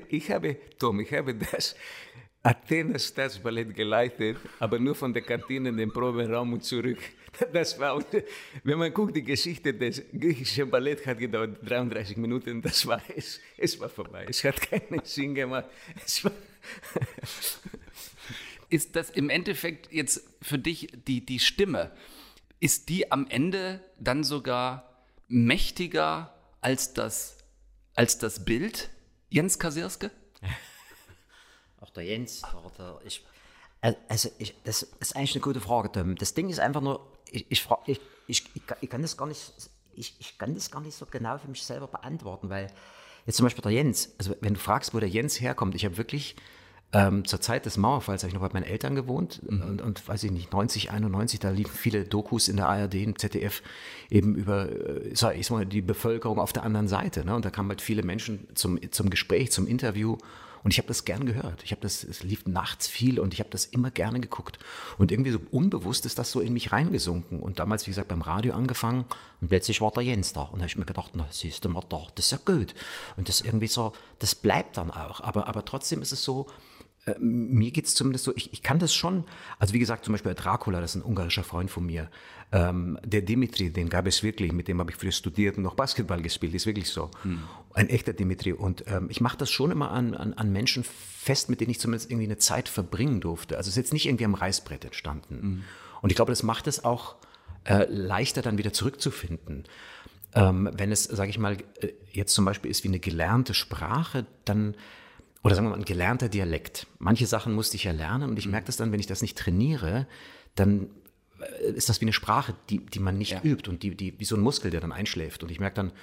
Speaker 12: das Athener Staatsballett geleitet, aber nur von der Kantine in den Proberaum und zurück. Das war, wenn man guckt, die Geschichte des griechischen Balletts hat gedauert 33 Minuten, das war es. Es war vorbei. Es hat keinen Sinn gemacht.
Speaker 2: Ist das im Endeffekt jetzt für dich die Stimme, ist die am Ende dann sogar mächtiger als das Bild, Jens Kasirske?
Speaker 7: Auch der Jens, das ist eigentlich eine gute Frage, Tom. Das Ding ist einfach nur, ich kann das gar nicht so genau für mich selber beantworten, weil jetzt zum Beispiel der Jens, also wenn du fragst, wo der Jens herkommt, ich habe wirklich zur Zeit des Mauerfalls habe ich noch bei meinen Eltern gewohnt und weiß ich nicht, 90, 91, da liefen viele Dokus in der ARD, im ZDF eben über die Bevölkerung auf der anderen Seite, ne? Und da kamen halt viele Menschen zum Gespräch, zum Interview. Und ich habe das gern gehört. Es lief nachts viel und ich habe das immer gerne geguckt. Und irgendwie so unbewusst ist das so in mich reingesunken. Und damals, wie gesagt, beim Radio angefangen und plötzlich war der Jens da. Und da habe ich mir gedacht, na siehst du mal da, das ist ja gut. Und das irgendwie so, das bleibt dann auch. Aber trotzdem ist es so, mir geht es zumindest so, ich kann das schon, also wie gesagt, zum Beispiel Dracula, das ist ein ungarischer Freund von mir. Der Dimitri, den gab es wirklich, mit dem habe ich früher studiert und noch Basketball gespielt, ist wirklich so. Ein echter Dimitri. Und ich mache das schon immer an Menschen fest, mit denen ich zumindest irgendwie eine Zeit verbringen durfte. Also es ist jetzt nicht irgendwie am Reißbrett entstanden. Und ich glaube, das macht es auch leichter dann wieder zurückzufinden. Wenn es, sage ich mal, jetzt zum Beispiel ist wie eine gelernte Sprache, dann oder sagen wir mal, ein gelernter Dialekt. Manche Sachen musste ich ja lernen und ich merke das dann, wenn ich das nicht trainiere, dann ist das wie eine Sprache, die man nicht übt und die wie so ein Muskel, der dann einschläft. Und ich merke dann,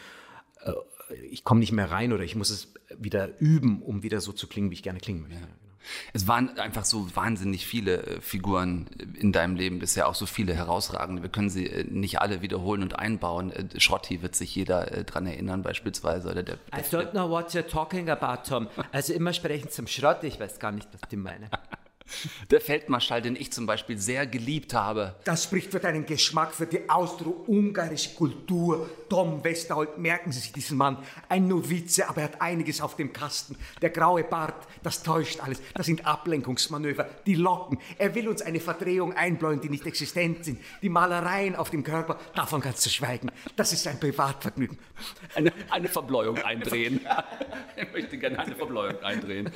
Speaker 7: ich komme nicht mehr rein oder ich muss es wieder üben, um wieder so zu klingen, wie ich gerne klingen möchte. Ja.
Speaker 2: Es waren einfach so wahnsinnig viele Figuren in deinem Leben, bisher auch so viele herausragende. Wir können sie nicht alle wiederholen und einbauen. Schrotti wird sich jeder dran erinnern beispielsweise. Oder
Speaker 14: I don't know what you're talking about, Tom. Also immer sprechen zum Schrott, ich weiß gar nicht, was die meinen.
Speaker 2: Der Feldmarschall, den ich zum Beispiel sehr geliebt habe.
Speaker 12: Das spricht für deinen Geschmack, für die austro-ungarische Kultur. Tom Westerholt, merken Sie sich diesen Mann. Ein Novize, aber er hat einiges auf dem Kasten. Der graue Bart, das täuscht alles. Das sind Ablenkungsmanöver, die locken. Er will uns eine Verdrehung einbläuen, die nicht existent sind. Die Malereien auf dem Körper, davon kannst du schweigen. Das ist ein Privatvergnügen.
Speaker 2: Eine Verbläuung eindrehen. Ich möchte gerne eine Verbläuung eindrehen.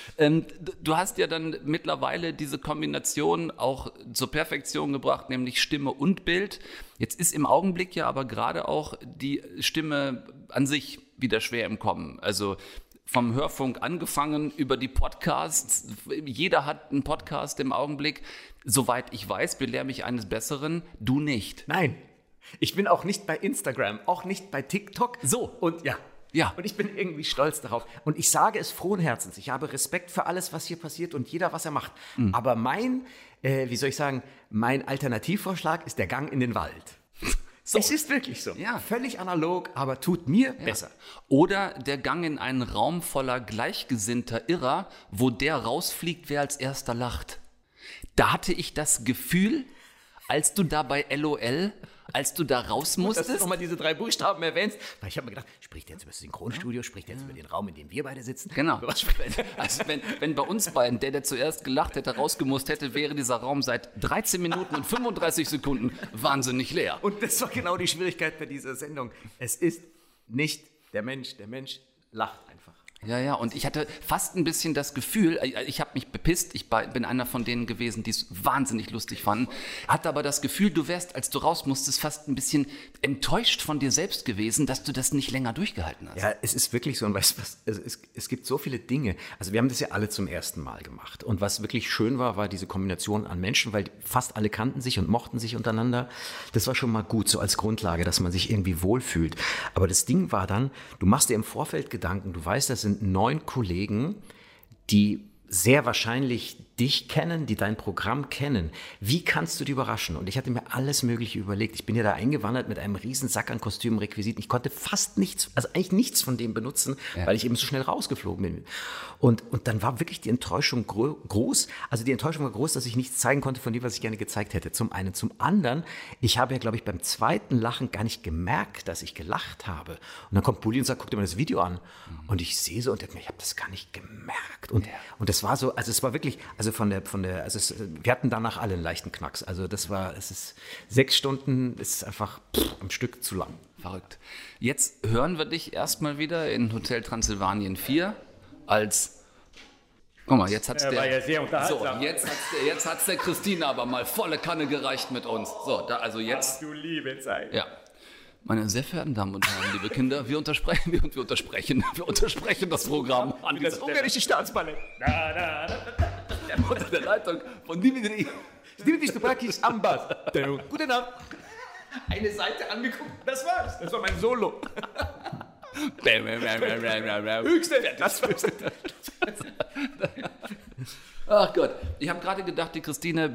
Speaker 2: Du hast ja dann mittlerweile diese Kombination auch zur Perfektion gebracht, nämlich Stimme und Bild. Jetzt ist im Augenblick ja aber gerade auch die Stimme an sich wieder schwer im Kommen. Also vom Hörfunk angefangen, über die Podcasts. Jeder hat einen Podcast im Augenblick. Soweit ich weiß, belehre mich eines Besseren, du nicht.
Speaker 10: Nein, ich bin auch nicht bei Instagram, auch nicht bei TikTok.
Speaker 2: So.
Speaker 10: Und ja. Und ich bin irgendwie stolz darauf. Und ich sage es frohen Herzens. Ich habe Respekt für alles, was hier passiert und jeder, was er macht. Aber mein Alternativvorschlag ist der Gang in den Wald. So. Es ist wirklich so.
Speaker 2: Ja.
Speaker 10: Völlig analog, aber tut mir besser.
Speaker 2: Oder der Gang in einen Raum voller gleichgesinnter Irrer, wo der rausfliegt, wer als erster lacht. Da hatte ich das Gefühl, als du da bei LOL, als du da raus musstest.
Speaker 10: Dass du nochmal diese 3 Buchstaben erwähnst. Weil ich habe mir gedacht, spricht der jetzt über das Synchronstudio, spricht der jetzt über den Raum, in dem wir beide sitzen?
Speaker 2: Genau. Also wenn bei uns beiden, der zuerst gelacht hätte, rausgemusst hätte, wäre dieser Raum seit 13 Minuten und 35 Sekunden wahnsinnig leer.
Speaker 10: Und das war genau die Schwierigkeit bei dieser Sendung. Es ist nicht der Mensch lacht einfach.
Speaker 2: Ja, und ich hatte fast ein bisschen das Gefühl, ich habe mich bepisst, ich bin einer von denen gewesen, die es wahnsinnig lustig fanden, hatte aber das Gefühl, du wärst, als du raus musstest, fast ein bisschen enttäuscht von dir selbst gewesen, dass du das nicht länger durchgehalten hast.
Speaker 10: Ja, es ist wirklich so, und weißt du was, es gibt so viele Dinge, also wir haben das ja alle zum ersten Mal gemacht und was wirklich schön war diese Kombination an Menschen, weil fast alle kannten sich und mochten sich untereinander, das war schon mal gut, so als Grundlage, dass man sich irgendwie wohlfühlt, aber das Ding war dann, du machst dir im Vorfeld Gedanken, du weißt, das sind 9 Kollegen, die sehr wahrscheinlich dich kennen, die dein Programm kennen. Wie kannst du die überraschen? Und ich hatte mir alles Mögliche überlegt. Ich bin ja da eingewandert mit einem riesen Sack an Kostümen, Requisiten. Ich konnte fast nichts, also eigentlich nichts von dem benutzen, weil ich eben so schnell rausgeflogen bin. Und dann war wirklich die Enttäuschung groß. Also die Enttäuschung war groß, dass ich nichts zeigen konnte von dem, was ich gerne gezeigt hätte. Zum einen. Zum anderen, ich habe ja, glaube ich, beim zweiten Lachen gar nicht gemerkt, dass ich gelacht habe. Und dann kommt Bulli und sagt, guck dir mal das Video an. Und ich sehe so und denke mir, ich habe das gar nicht gemerkt. Und das war so, also es war wirklich, also wir hatten danach alle einen leichten Knacks. Also es ist 6 Stunden, ist einfach am Stück zu lang.
Speaker 2: Verrückt. Jetzt hören wir dich erstmal wieder in Hotel Transsilvanien 4 als, guck mal, jetzt hat's
Speaker 13: war ja sehr unterhaltsam.
Speaker 2: So, jetzt hat's der Christine aber mal volle Kanne gereicht mit uns. So, also jetzt.
Speaker 13: Ach, du liebe Zeit.
Speaker 2: Ja. Meine sehr verehrten Damen und Herren, liebe Kinder, wir untersprechen das Programm an
Speaker 13: das ungarische Staatsballett.
Speaker 2: Unter der Leitung von Dimitri
Speaker 13: Stupakis Ambas. Gute Nacht. Eine Seite angeguckt, das war's. Das war mein Solo. Höchste.
Speaker 2: Ach Gott, ich habe gerade gedacht, die Christine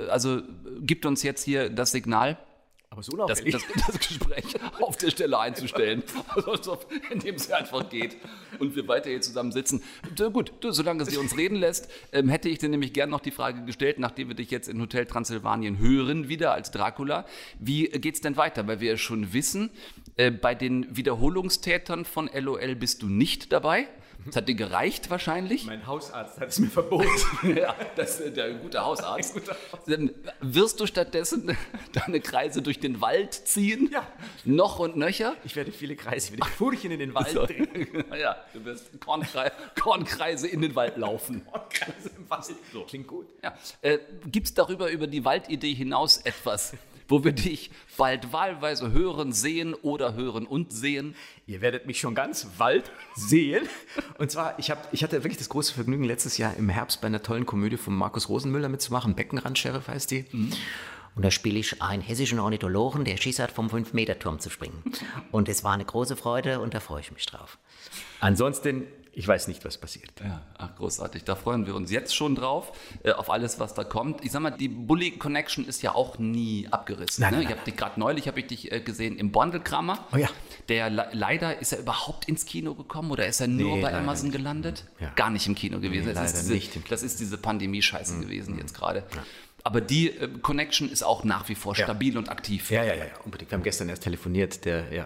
Speaker 2: gibt uns jetzt hier das Signal,
Speaker 10: aber so unauffällig,
Speaker 2: das Gespräch auf der Stelle einzustellen, also indem es einfach geht und wir weiter hier zusammen sitzen. Gut, solange sie uns reden lässt, hätte ich dir nämlich gern noch die Frage gestellt, nachdem wir dich jetzt in Hotel Transsilvanien hören, wieder als Dracula. Wie geht's denn weiter? Weil wir ja schon wissen, bei den Wiederholungstätern von LOL bist du nicht dabei. Das hat dir gereicht wahrscheinlich.
Speaker 13: Mein Hausarzt hat es mir verboten.
Speaker 2: Ja, das ist der gute Hausarzt. Dann wirst du stattdessen deine Kreise durch den Wald ziehen?
Speaker 13: Ja.
Speaker 2: Noch und nöcher?
Speaker 10: Ich werde viele Kreise, ich werde Furchen in den Wald drehen.
Speaker 2: Ja, du wirst Kornkreise in den Wald laufen.
Speaker 10: Kornkreise im Wald. So. Klingt gut.
Speaker 2: Ja. Gibt es darüber, über die Waldidee hinaus etwas, wo wir dich bald wahlweise hören, sehen oder hören und sehen?
Speaker 10: Ihr werdet mich schon ganz bald sehen. Und zwar, ich hatte wirklich das große Vergnügen, letztes Jahr im Herbst bei einer tollen Komödie von Markus Rosenmüller mitzumachen. Beckenrand-Sheriff heißt die.
Speaker 7: Mhm. Und da spiele ich einen hessischen Ornithologen, der Schiss hat, vom 5-Meter-Turm zu springen. Und es war eine große Freude und da freue ich mich drauf.
Speaker 10: Ansonsten, ich weiß nicht, was passiert.
Speaker 2: Ja, ach, großartig. Da freuen wir uns jetzt schon drauf, auf alles, was da kommt. Ich sag mal, die Bully-Connection ist ja auch nie abgerissen.
Speaker 10: Nein,
Speaker 2: ne?
Speaker 10: nein,
Speaker 2: Ich habe dich gerade neulich gesehen im Bondelkramer.
Speaker 10: Oh ja.
Speaker 2: Der leider, ist er überhaupt ins Kino gekommen oder ist er nur bei Amazon gelandet?
Speaker 10: Ja.
Speaker 2: Gar nicht im Kino gewesen.
Speaker 10: Nee,
Speaker 2: Das ist diese Pandemie-Scheiße gewesen jetzt gerade. Ja. Aber die Connection ist auch nach wie vor stabil und aktiv.
Speaker 10: Ja, unbedingt. Wir haben gestern erst telefoniert.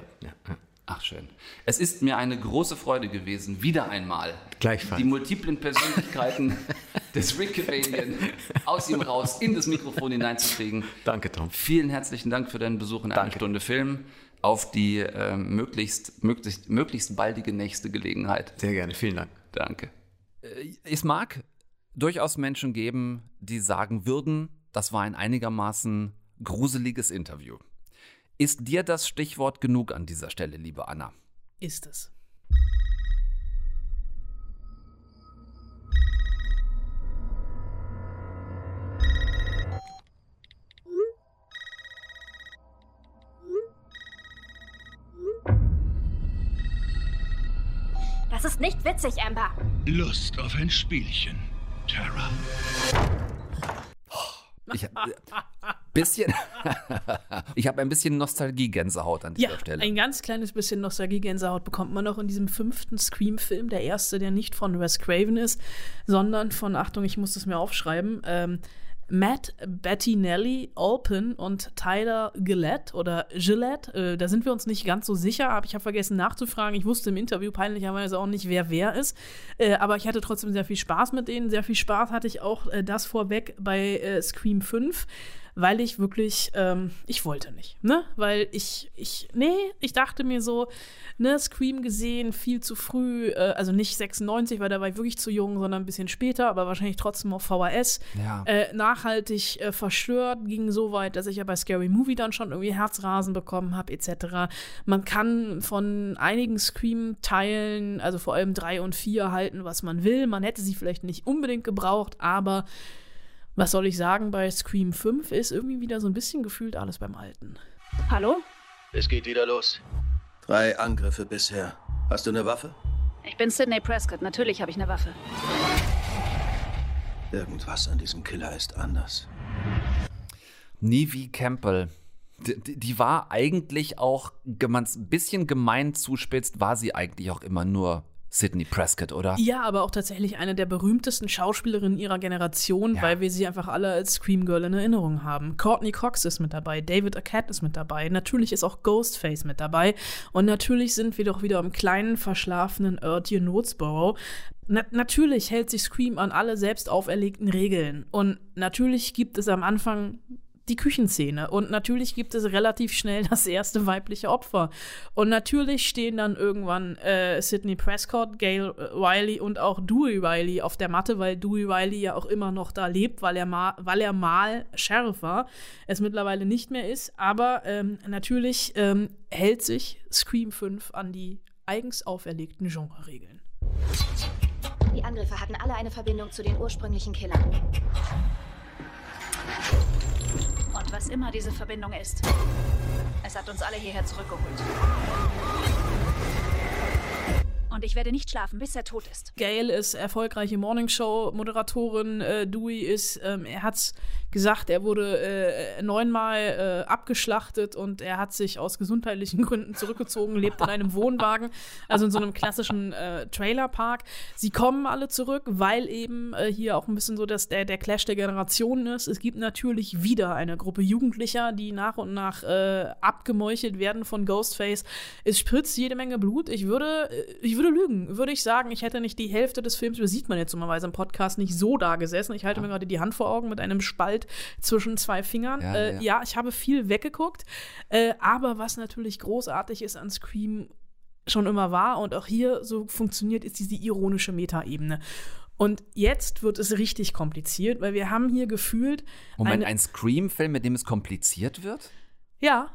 Speaker 2: Ach, schön. Es ist mir eine große Freude gewesen, wieder einmal
Speaker 10: Gleichfalls.
Speaker 2: Die multiplen Persönlichkeiten des Rick Cavanian aus ihm raus in das Mikrofon hineinzukriegen.
Speaker 10: Danke, Tom.
Speaker 2: Vielen herzlichen Dank für deinen Besuch in einer Stunde Film. Auf die möglichst baldige nächste Gelegenheit.
Speaker 10: Sehr gerne, vielen Dank.
Speaker 2: Danke. Es mag durchaus Menschen geben, die sagen würden, das war ein einigermaßen gruseliges Interview. Ist dir das Stichwort genug an dieser Stelle, liebe Anna?
Speaker 3: Ist es.
Speaker 9: Das ist nicht witzig, Amber.
Speaker 15: Lust auf ein Spielchen, Tara.
Speaker 2: Ich habe ein bisschen Nostalgie-Gänsehaut an dieser
Speaker 3: Ja,
Speaker 2: Stelle.
Speaker 3: ein ganz kleines bisschen Nostalgie-Gänsehaut bekommt man noch in diesem 5. Scream-Film, der erste, der nicht von Wes Craven ist, sondern von, Achtung, ich muss das mir aufschreiben, Matt Bettinelli, Alpin und Tyler Gillette, da sind wir uns nicht ganz so sicher, aber ich habe vergessen nachzufragen. Ich wusste im Interview peinlicherweise auch nicht, wer ist, aber ich hatte trotzdem sehr viel Spaß mit denen. Sehr viel Spaß hatte ich auch das vorweg bei Scream 5, weil ich wirklich, ich wollte nicht, ne? Weil ich dachte mir so, ne, Scream gesehen, viel zu früh, also nicht 96, weil da war ich wirklich zu jung, sondern ein bisschen später, aber wahrscheinlich trotzdem auf VHS. Ja. Nachhaltig verstört, ging so weit, dass ich ja bei Scary Movie dann schon irgendwie Herzrasen bekommen habe, etc. Man kann von einigen Scream-Teilen, also vor allem 3 und 4, halten, was man will. Man hätte sie vielleicht nicht unbedingt gebraucht, aber was soll ich sagen, bei Scream 5 ist irgendwie wieder so ein bisschen gefühlt alles beim Alten.
Speaker 9: Hallo?
Speaker 15: Es geht wieder los. 3 Angriffe bisher. Hast du eine Waffe?
Speaker 9: Ich bin Sidney Prescott. Natürlich habe ich eine Waffe.
Speaker 15: Irgendwas an diesem Killer ist anders.
Speaker 2: Neve Campbell. Die war eigentlich auch, wenn man es ein bisschen gemein zuspitzt, war sie eigentlich auch immer nur Sidney Prescott, oder?
Speaker 3: Ja, aber auch tatsächlich eine der berühmtesten Schauspielerinnen ihrer Generation, weil wir sie einfach alle als Scream Girl in Erinnerung haben. Courtney Cox ist mit dabei, David Arquette ist mit dabei, natürlich ist auch Ghostface mit dabei und natürlich sind wir doch wieder im kleinen, verschlafenen Örtchen Woodsboro. Natürlich hält sich Scream an alle selbst auferlegten Regeln und natürlich gibt es am Anfang die Küchenszene und natürlich gibt es relativ schnell das erste weibliche Opfer und natürlich stehen dann irgendwann Sidney Prescott, Gail Riley und auch Dewey Riley auf der Matte, weil Dewey Riley ja auch immer noch da lebt, weil er mal Sheriff war, es mittlerweile nicht mehr ist, aber natürlich hält sich Scream 5 an die eigens auferlegten Genre-Regeln.
Speaker 9: Die Angriffe hatten alle eine Verbindung zu den ursprünglichen Killern. Und was immer diese Verbindung ist, es hat uns alle hierher zurückgeholt. Und ich werde nicht schlafen, bis er tot ist.
Speaker 3: Gail ist erfolgreiche Morningshow-Moderatorin. Dewey ist, er hat's gesagt, er wurde 9-mal abgeschlachtet und er hat sich aus gesundheitlichen Gründen zurückgezogen, lebt in einem Wohnwagen, also in so einem klassischen Trailerpark. Sie kommen alle zurück, weil eben hier auch ein bisschen so dass der Clash der Generationen ist. Es gibt natürlich wieder eine Gruppe Jugendlicher, die nach und nach abgemeuchelt werden von Ghostface. Es spritzt jede Menge Blut. Ich würde lügen, würde ich sagen, ich hätte nicht die Hälfte des Films, das sieht man jetzt normalerweise im Podcast, nicht so da gesessen. Ich halte mir gerade die Hand vor Augen mit einem Spalt zwischen 2 Fingern. Ja, ich habe viel weggeguckt, aber was natürlich großartig ist an Scream schon immer war und auch hier so funktioniert, ist diese ironische Metaebene. Und jetzt wird es richtig kompliziert, weil wir haben hier gefühlt
Speaker 2: ein Scream-Film, mit dem es kompliziert wird?
Speaker 3: Ja.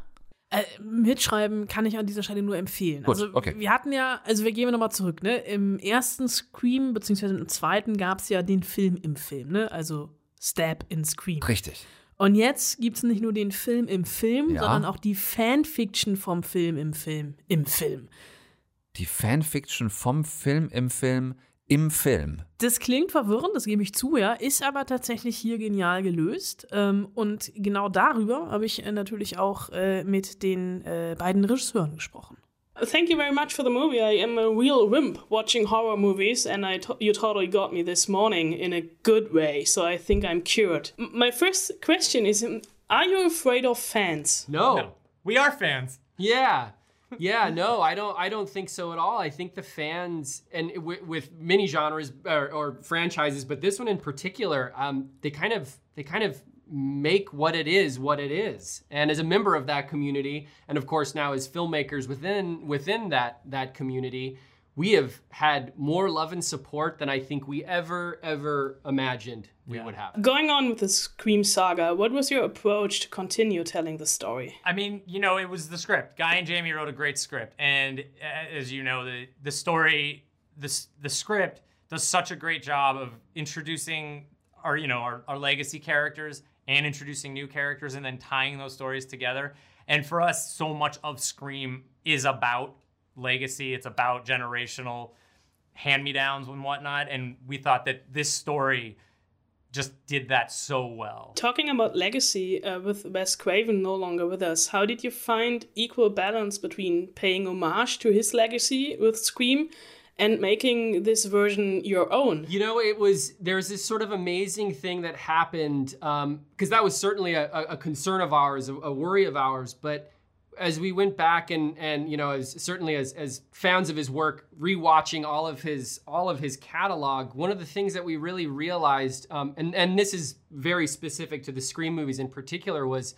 Speaker 3: Mitschreiben kann ich an dieser Stelle nur empfehlen.
Speaker 2: Gut,
Speaker 3: also
Speaker 2: okay.
Speaker 3: wir gehen nochmal zurück, ne? Im ersten Scream, beziehungsweise im zweiten gab es ja den Film im Film, ne? Also Stab in Scream.
Speaker 2: Richtig.
Speaker 3: Und jetzt gibt es nicht nur den Film im Film, sondern auch die Fanfiction vom Film im Film im Film.
Speaker 2: Die Fanfiction vom Film im Film im Film.
Speaker 3: Das klingt verwirrend, das gebe ich zu, ja, ist aber tatsächlich hier genial gelöst. Und genau darüber habe ich natürlich auch mit den beiden Regisseuren gesprochen.
Speaker 16: Thank you very much for the movie. I am a real wimp watching horror movies, and you totally got me this morning in a good way, so I think I'm cured. My first question is, are you afraid of fans?
Speaker 17: No. We are fans. Yeah. Yeah, no, I don't think so at all. I think the fans, and with many genres or franchises, but this one in particular, they kind of make what it is. And as a member of that community, and of course now as filmmakers within that community, we have had more love and support than I think we ever imagined we would have.
Speaker 16: Going on with the Scream saga, what was your approach to continue telling the story?
Speaker 18: I mean, it was the script. Guy and Jamie wrote a great script. And as you know, the story, the script does such a great job of introducing our legacy characters and introducing new characters and then tying those stories together. And for us, so much of Scream is about legacy. It's about generational hand-me-downs and whatnot, and we thought that this story just did that so well.
Speaker 16: Talking about legacy, with Wes Craven no longer with us, how did you find equal balance between paying homage to his legacy with Scream and making this version your own?
Speaker 17: You know, there's this sort of amazing thing that happened, because that was certainly a concern of ours, a worry of ours, but as we went back and you know, as fans of his work, rewatching all of his catalog, one of the things that we really realized, and this is very specific to the Scream movies in particular, was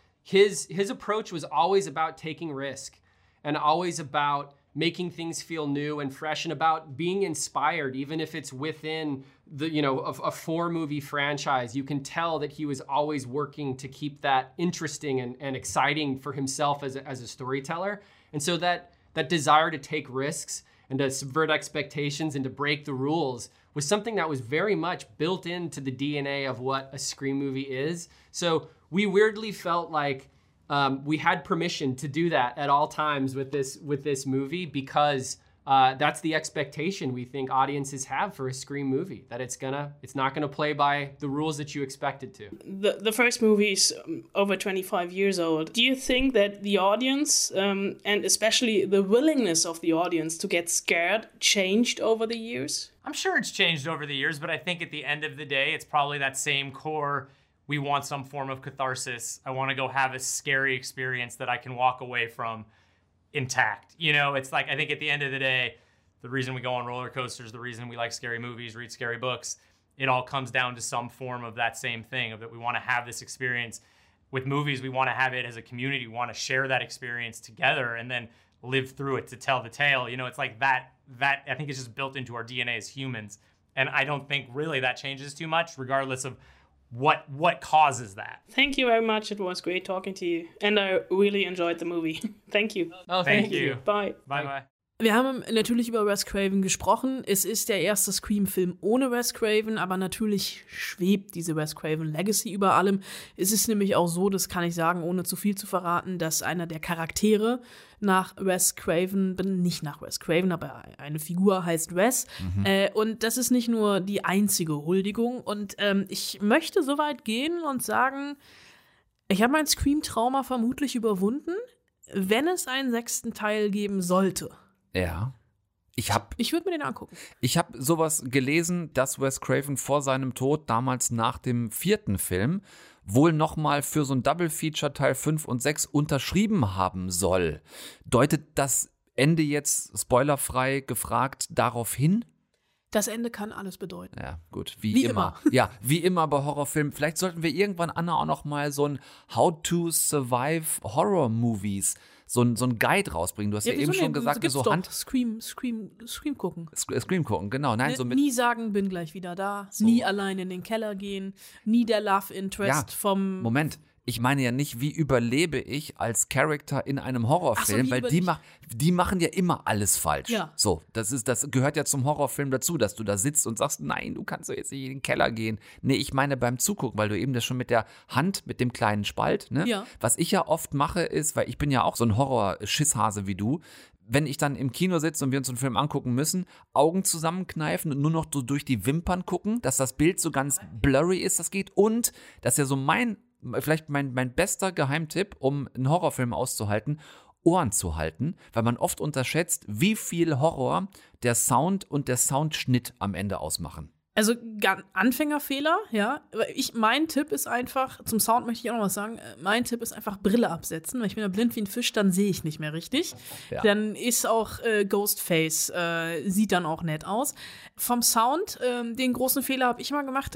Speaker 17: his approach was always about taking risk and always about making things feel new and fresh and about being inspired, even if it's within the, you know, a 4-movie franchise. You can tell that he was always working to keep that interesting and exciting for himself as a storyteller. And so that desire to take risks and to subvert expectations and to break the rules was something that was very much built into the DNA of what a Scream movie is. So we weirdly felt like we had permission to do that at all times with this movie, because that's the expectation we think audiences have for a Scream movie, that it's not gonna play by the rules that you expect it to.
Speaker 16: The first movie is over 25 years old. Do you think that the audience, and especially the willingness of the audience to get scared, changed over the years?
Speaker 18: I'm sure it's changed over the years, but I think at the end of the day, it's probably that same core. We want some form of catharsis. I want to go have a scary experience that I can walk away from intact. You know, it's like, I think at the end of the day, the reason we go on roller coasters, the reason we like scary movies, read scary books, it all comes down to some form of that same thing, of that we want to have this experience. With movies, we want to have it as a community. We want to share that experience together and then live through it to tell the tale. You know, it's like that I think is just built into our DNA as humans. And I don't think really that changes too much, regardless of what causes that.
Speaker 16: Thank you very much. It was great talking to you. And I really enjoyed the movie. Thank you.
Speaker 18: Oh, thank you.
Speaker 16: Bye.
Speaker 18: Bye.
Speaker 3: Wir haben natürlich über Wes Craven gesprochen. Es ist der erste Scream-Film ohne Wes Craven, aber natürlich schwebt diese Wes Craven Legacy über allem. Es ist nämlich auch so, das kann ich sagen, ohne zu viel zu verraten, dass einer der Charaktere nach Wes Craven, nicht nach Wes Craven, aber eine Figur heißt Wes. Und das ist nicht nur die einzige Huldigung. Und ich möchte so weit gehen und sagen, ich habe mein Scream-Trauma vermutlich überwunden, wenn es einen 6. Teil geben sollte.
Speaker 2: Ja. Ich
Speaker 3: würde mir den angucken.
Speaker 2: Ich habe sowas gelesen, dass Wes Craven vor seinem Tod, damals nach dem 4. Film, wohl nochmal für so ein Double-Feature Teil 5 und 6 unterschrieben haben soll. Deutet das Ende jetzt, spoilerfrei gefragt, darauf hin?
Speaker 3: Das Ende kann alles bedeuten.
Speaker 2: Ja, gut, wie immer. Ja, wie immer bei Horrorfilmen. Vielleicht sollten wir irgendwann, Anna, auch noch mal so ein How to Survive Horror Movies, so ein Guide rausbringen. Du hast ja eben schon gesagt, so Hand...
Speaker 3: Scream gucken.
Speaker 2: Scream gucken, genau. Nein, so mit
Speaker 3: nie sagen, bin gleich wieder da. So. Nie allein in den Keller gehen. Nie der Love Interest vom...
Speaker 2: Moment. Ich meine ja nicht, wie überlebe ich als Charakter in einem Horrorfilm, weil die machen ja immer alles falsch.
Speaker 3: Ja.
Speaker 2: So, das gehört ja zum Horrorfilm dazu, dass du da sitzt und sagst, nein, du kannst doch jetzt nicht in den Keller gehen. Nee, ich meine beim Zugucken, weil du eben das schon mit der Hand, mit dem kleinen Spalt, ne?
Speaker 3: Ja.
Speaker 2: Was ich ja oft mache ist, weil ich bin ja auch so ein Horror-Schisshase wie du, wenn ich dann im Kino sitze und wir uns einen Film angucken müssen, Augen zusammenkneifen und nur noch so durch die Wimpern gucken, dass das Bild so ganz blurry ist, das geht. Und das ist ja so vielleicht mein bester Geheimtipp, um einen Horrorfilm auszuhalten, Ohren zu halten, weil man oft unterschätzt, wie viel Horror der Sound und der Soundschnitt am Ende ausmachen.
Speaker 3: Also Anfängerfehler, ja. Mein Tipp ist einfach, zum Sound möchte ich auch noch was sagen, mein Tipp ist einfach Brille absetzen, weil ich bin ja blind wie ein Fisch, dann sehe ich nicht mehr richtig. Ja. Dann ist auch Ghostface, sieht dann auch nett aus. Vom Sound, den großen Fehler habe ich mal gemacht,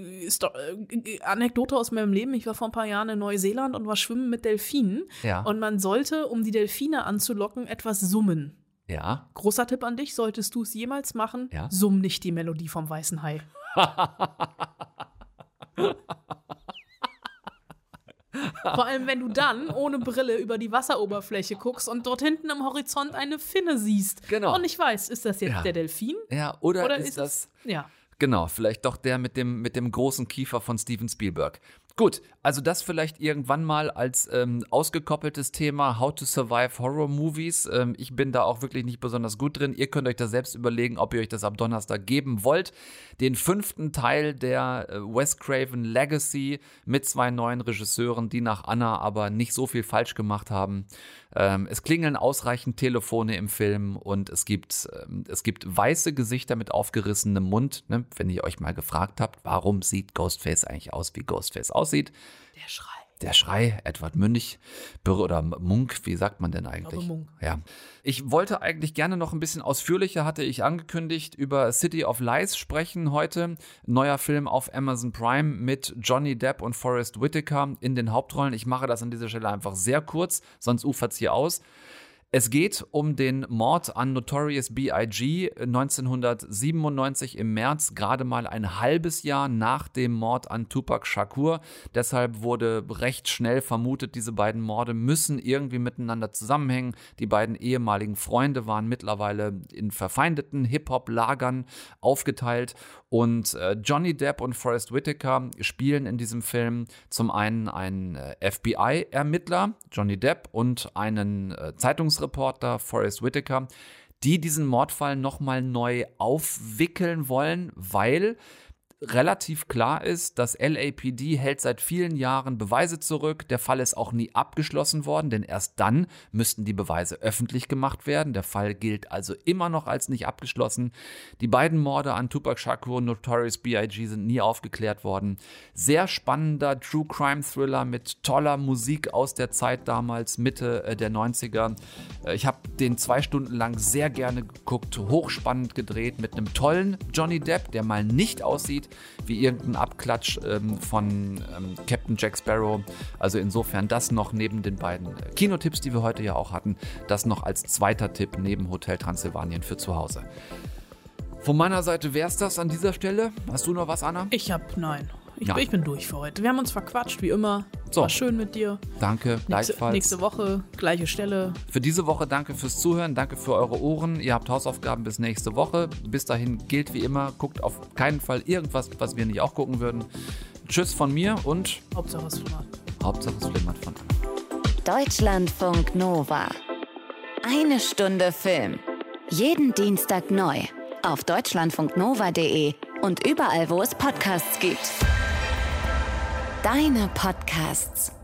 Speaker 3: Anekdote aus meinem Leben, ich war vor ein paar Jahren in Neuseeland und war schwimmen mit Delfinen.
Speaker 2: Ja.
Speaker 3: Und man sollte, um die Delfine anzulocken, etwas summen.
Speaker 2: Ja.
Speaker 3: Großer Tipp an dich, solltest du es jemals machen, summ nicht die Melodie vom Weißen Hai. Vor allem, wenn du dann ohne Brille über die Wasseroberfläche guckst und dort hinten am Horizont eine Finne siehst.
Speaker 2: Genau.
Speaker 3: Und ich weiß, ist das jetzt der Delfin?
Speaker 2: Ja, oder ist das...
Speaker 3: Ja.
Speaker 2: Genau, vielleicht doch der mit dem großen Kiefer von Steven Spielberg. Gut, also das vielleicht irgendwann mal als ausgekoppeltes Thema, How to Survive Horror Movies. Ich bin da auch wirklich nicht besonders gut drin. Ihr könnt euch das selbst überlegen, ob ihr euch das ab Donnerstag geben wollt. Den 5. Teil der Wes Craven Legacy mit 2 neuen Regisseuren, die nach Anna aber nicht so viel falsch gemacht haben. Es klingeln ausreichend Telefone im Film und es gibt weiße Gesichter mit aufgerissenem Mund. Ne? Wenn ihr euch mal gefragt habt, warum sieht Ghostface eigentlich aus, wie Ghostface aussieht. Der Schrei, Edward Munch oder Munk, wie sagt man denn eigentlich?
Speaker 3: Munk.
Speaker 2: Ja. Ich wollte eigentlich gerne noch ein bisschen ausführlicher, hatte ich angekündigt, über City of Lies sprechen heute. Neuer Film auf Amazon Prime mit Johnny Depp und Forest Whitaker in den Hauptrollen. Ich mache das an dieser Stelle einfach sehr kurz, sonst ufert es hier aus. Es geht um den Mord an Notorious B.I.G. 1997 im März, gerade mal ein halbes Jahr nach dem Mord an Tupac Shakur. Deshalb wurde recht schnell vermutet, diese beiden Morde müssen irgendwie miteinander zusammenhängen. Die beiden ehemaligen Freunde waren mittlerweile in verfeindeten Hip-Hop-Lagern aufgeteilt. Und Johnny Depp und Forest Whitaker spielen in diesem Film zum einen einen FBI-Ermittler, Johnny Depp, und einen Zeitungsreporter, Forest Whitaker, die diesen Mordfall nochmal neu aufwickeln wollen, weil relativ klar ist, das LAPD hält seit vielen Jahren Beweise zurück. Der Fall ist auch nie abgeschlossen worden, denn erst dann müssten die Beweise öffentlich gemacht werden. Der Fall gilt also immer noch als nicht abgeschlossen. Die beiden Morde an Tupac Shakur und Notorious B.I.G. sind nie aufgeklärt worden. Sehr spannender True-Crime-Thriller mit toller Musik aus der Zeit damals, Mitte der 90er. Ich habe den 2 Stunden lang sehr gerne geguckt, hochspannend gedreht mit einem tollen Johnny Depp, der mal nicht aussieht wie irgendein Abklatsch von Captain Jack Sparrow. Also insofern das noch neben den beiden Kinotipps, die wir heute ja auch hatten, das noch als zweiter Tipp neben Hotel Transsilvanien für zu Hause. Von meiner Seite wäre es das an dieser Stelle. Hast du noch was, Anna?
Speaker 3: Nein. Ich bin durch für heute. Wir haben uns verquatscht, wie immer.
Speaker 2: So.
Speaker 3: War schön mit dir.
Speaker 2: Danke, gleichfalls.
Speaker 3: Nächste Woche, gleiche Stelle.
Speaker 2: Für diese Woche danke fürs Zuhören, danke für eure Ohren. Ihr habt Hausaufgaben bis nächste Woche. Bis dahin gilt wie immer, guckt auf keinen Fall irgendwas, was wir nicht auch gucken würden. Tschüss von mir und
Speaker 3: Hauptsache es flimmert.
Speaker 2: Hauptsache es flimmert von Anna.
Speaker 1: Deutschlandfunk Nova. 1 Stunde Film. Jeden Dienstag neu. Auf deutschlandfunknova.de und überall, wo es Podcasts gibt. Deine Podcasts.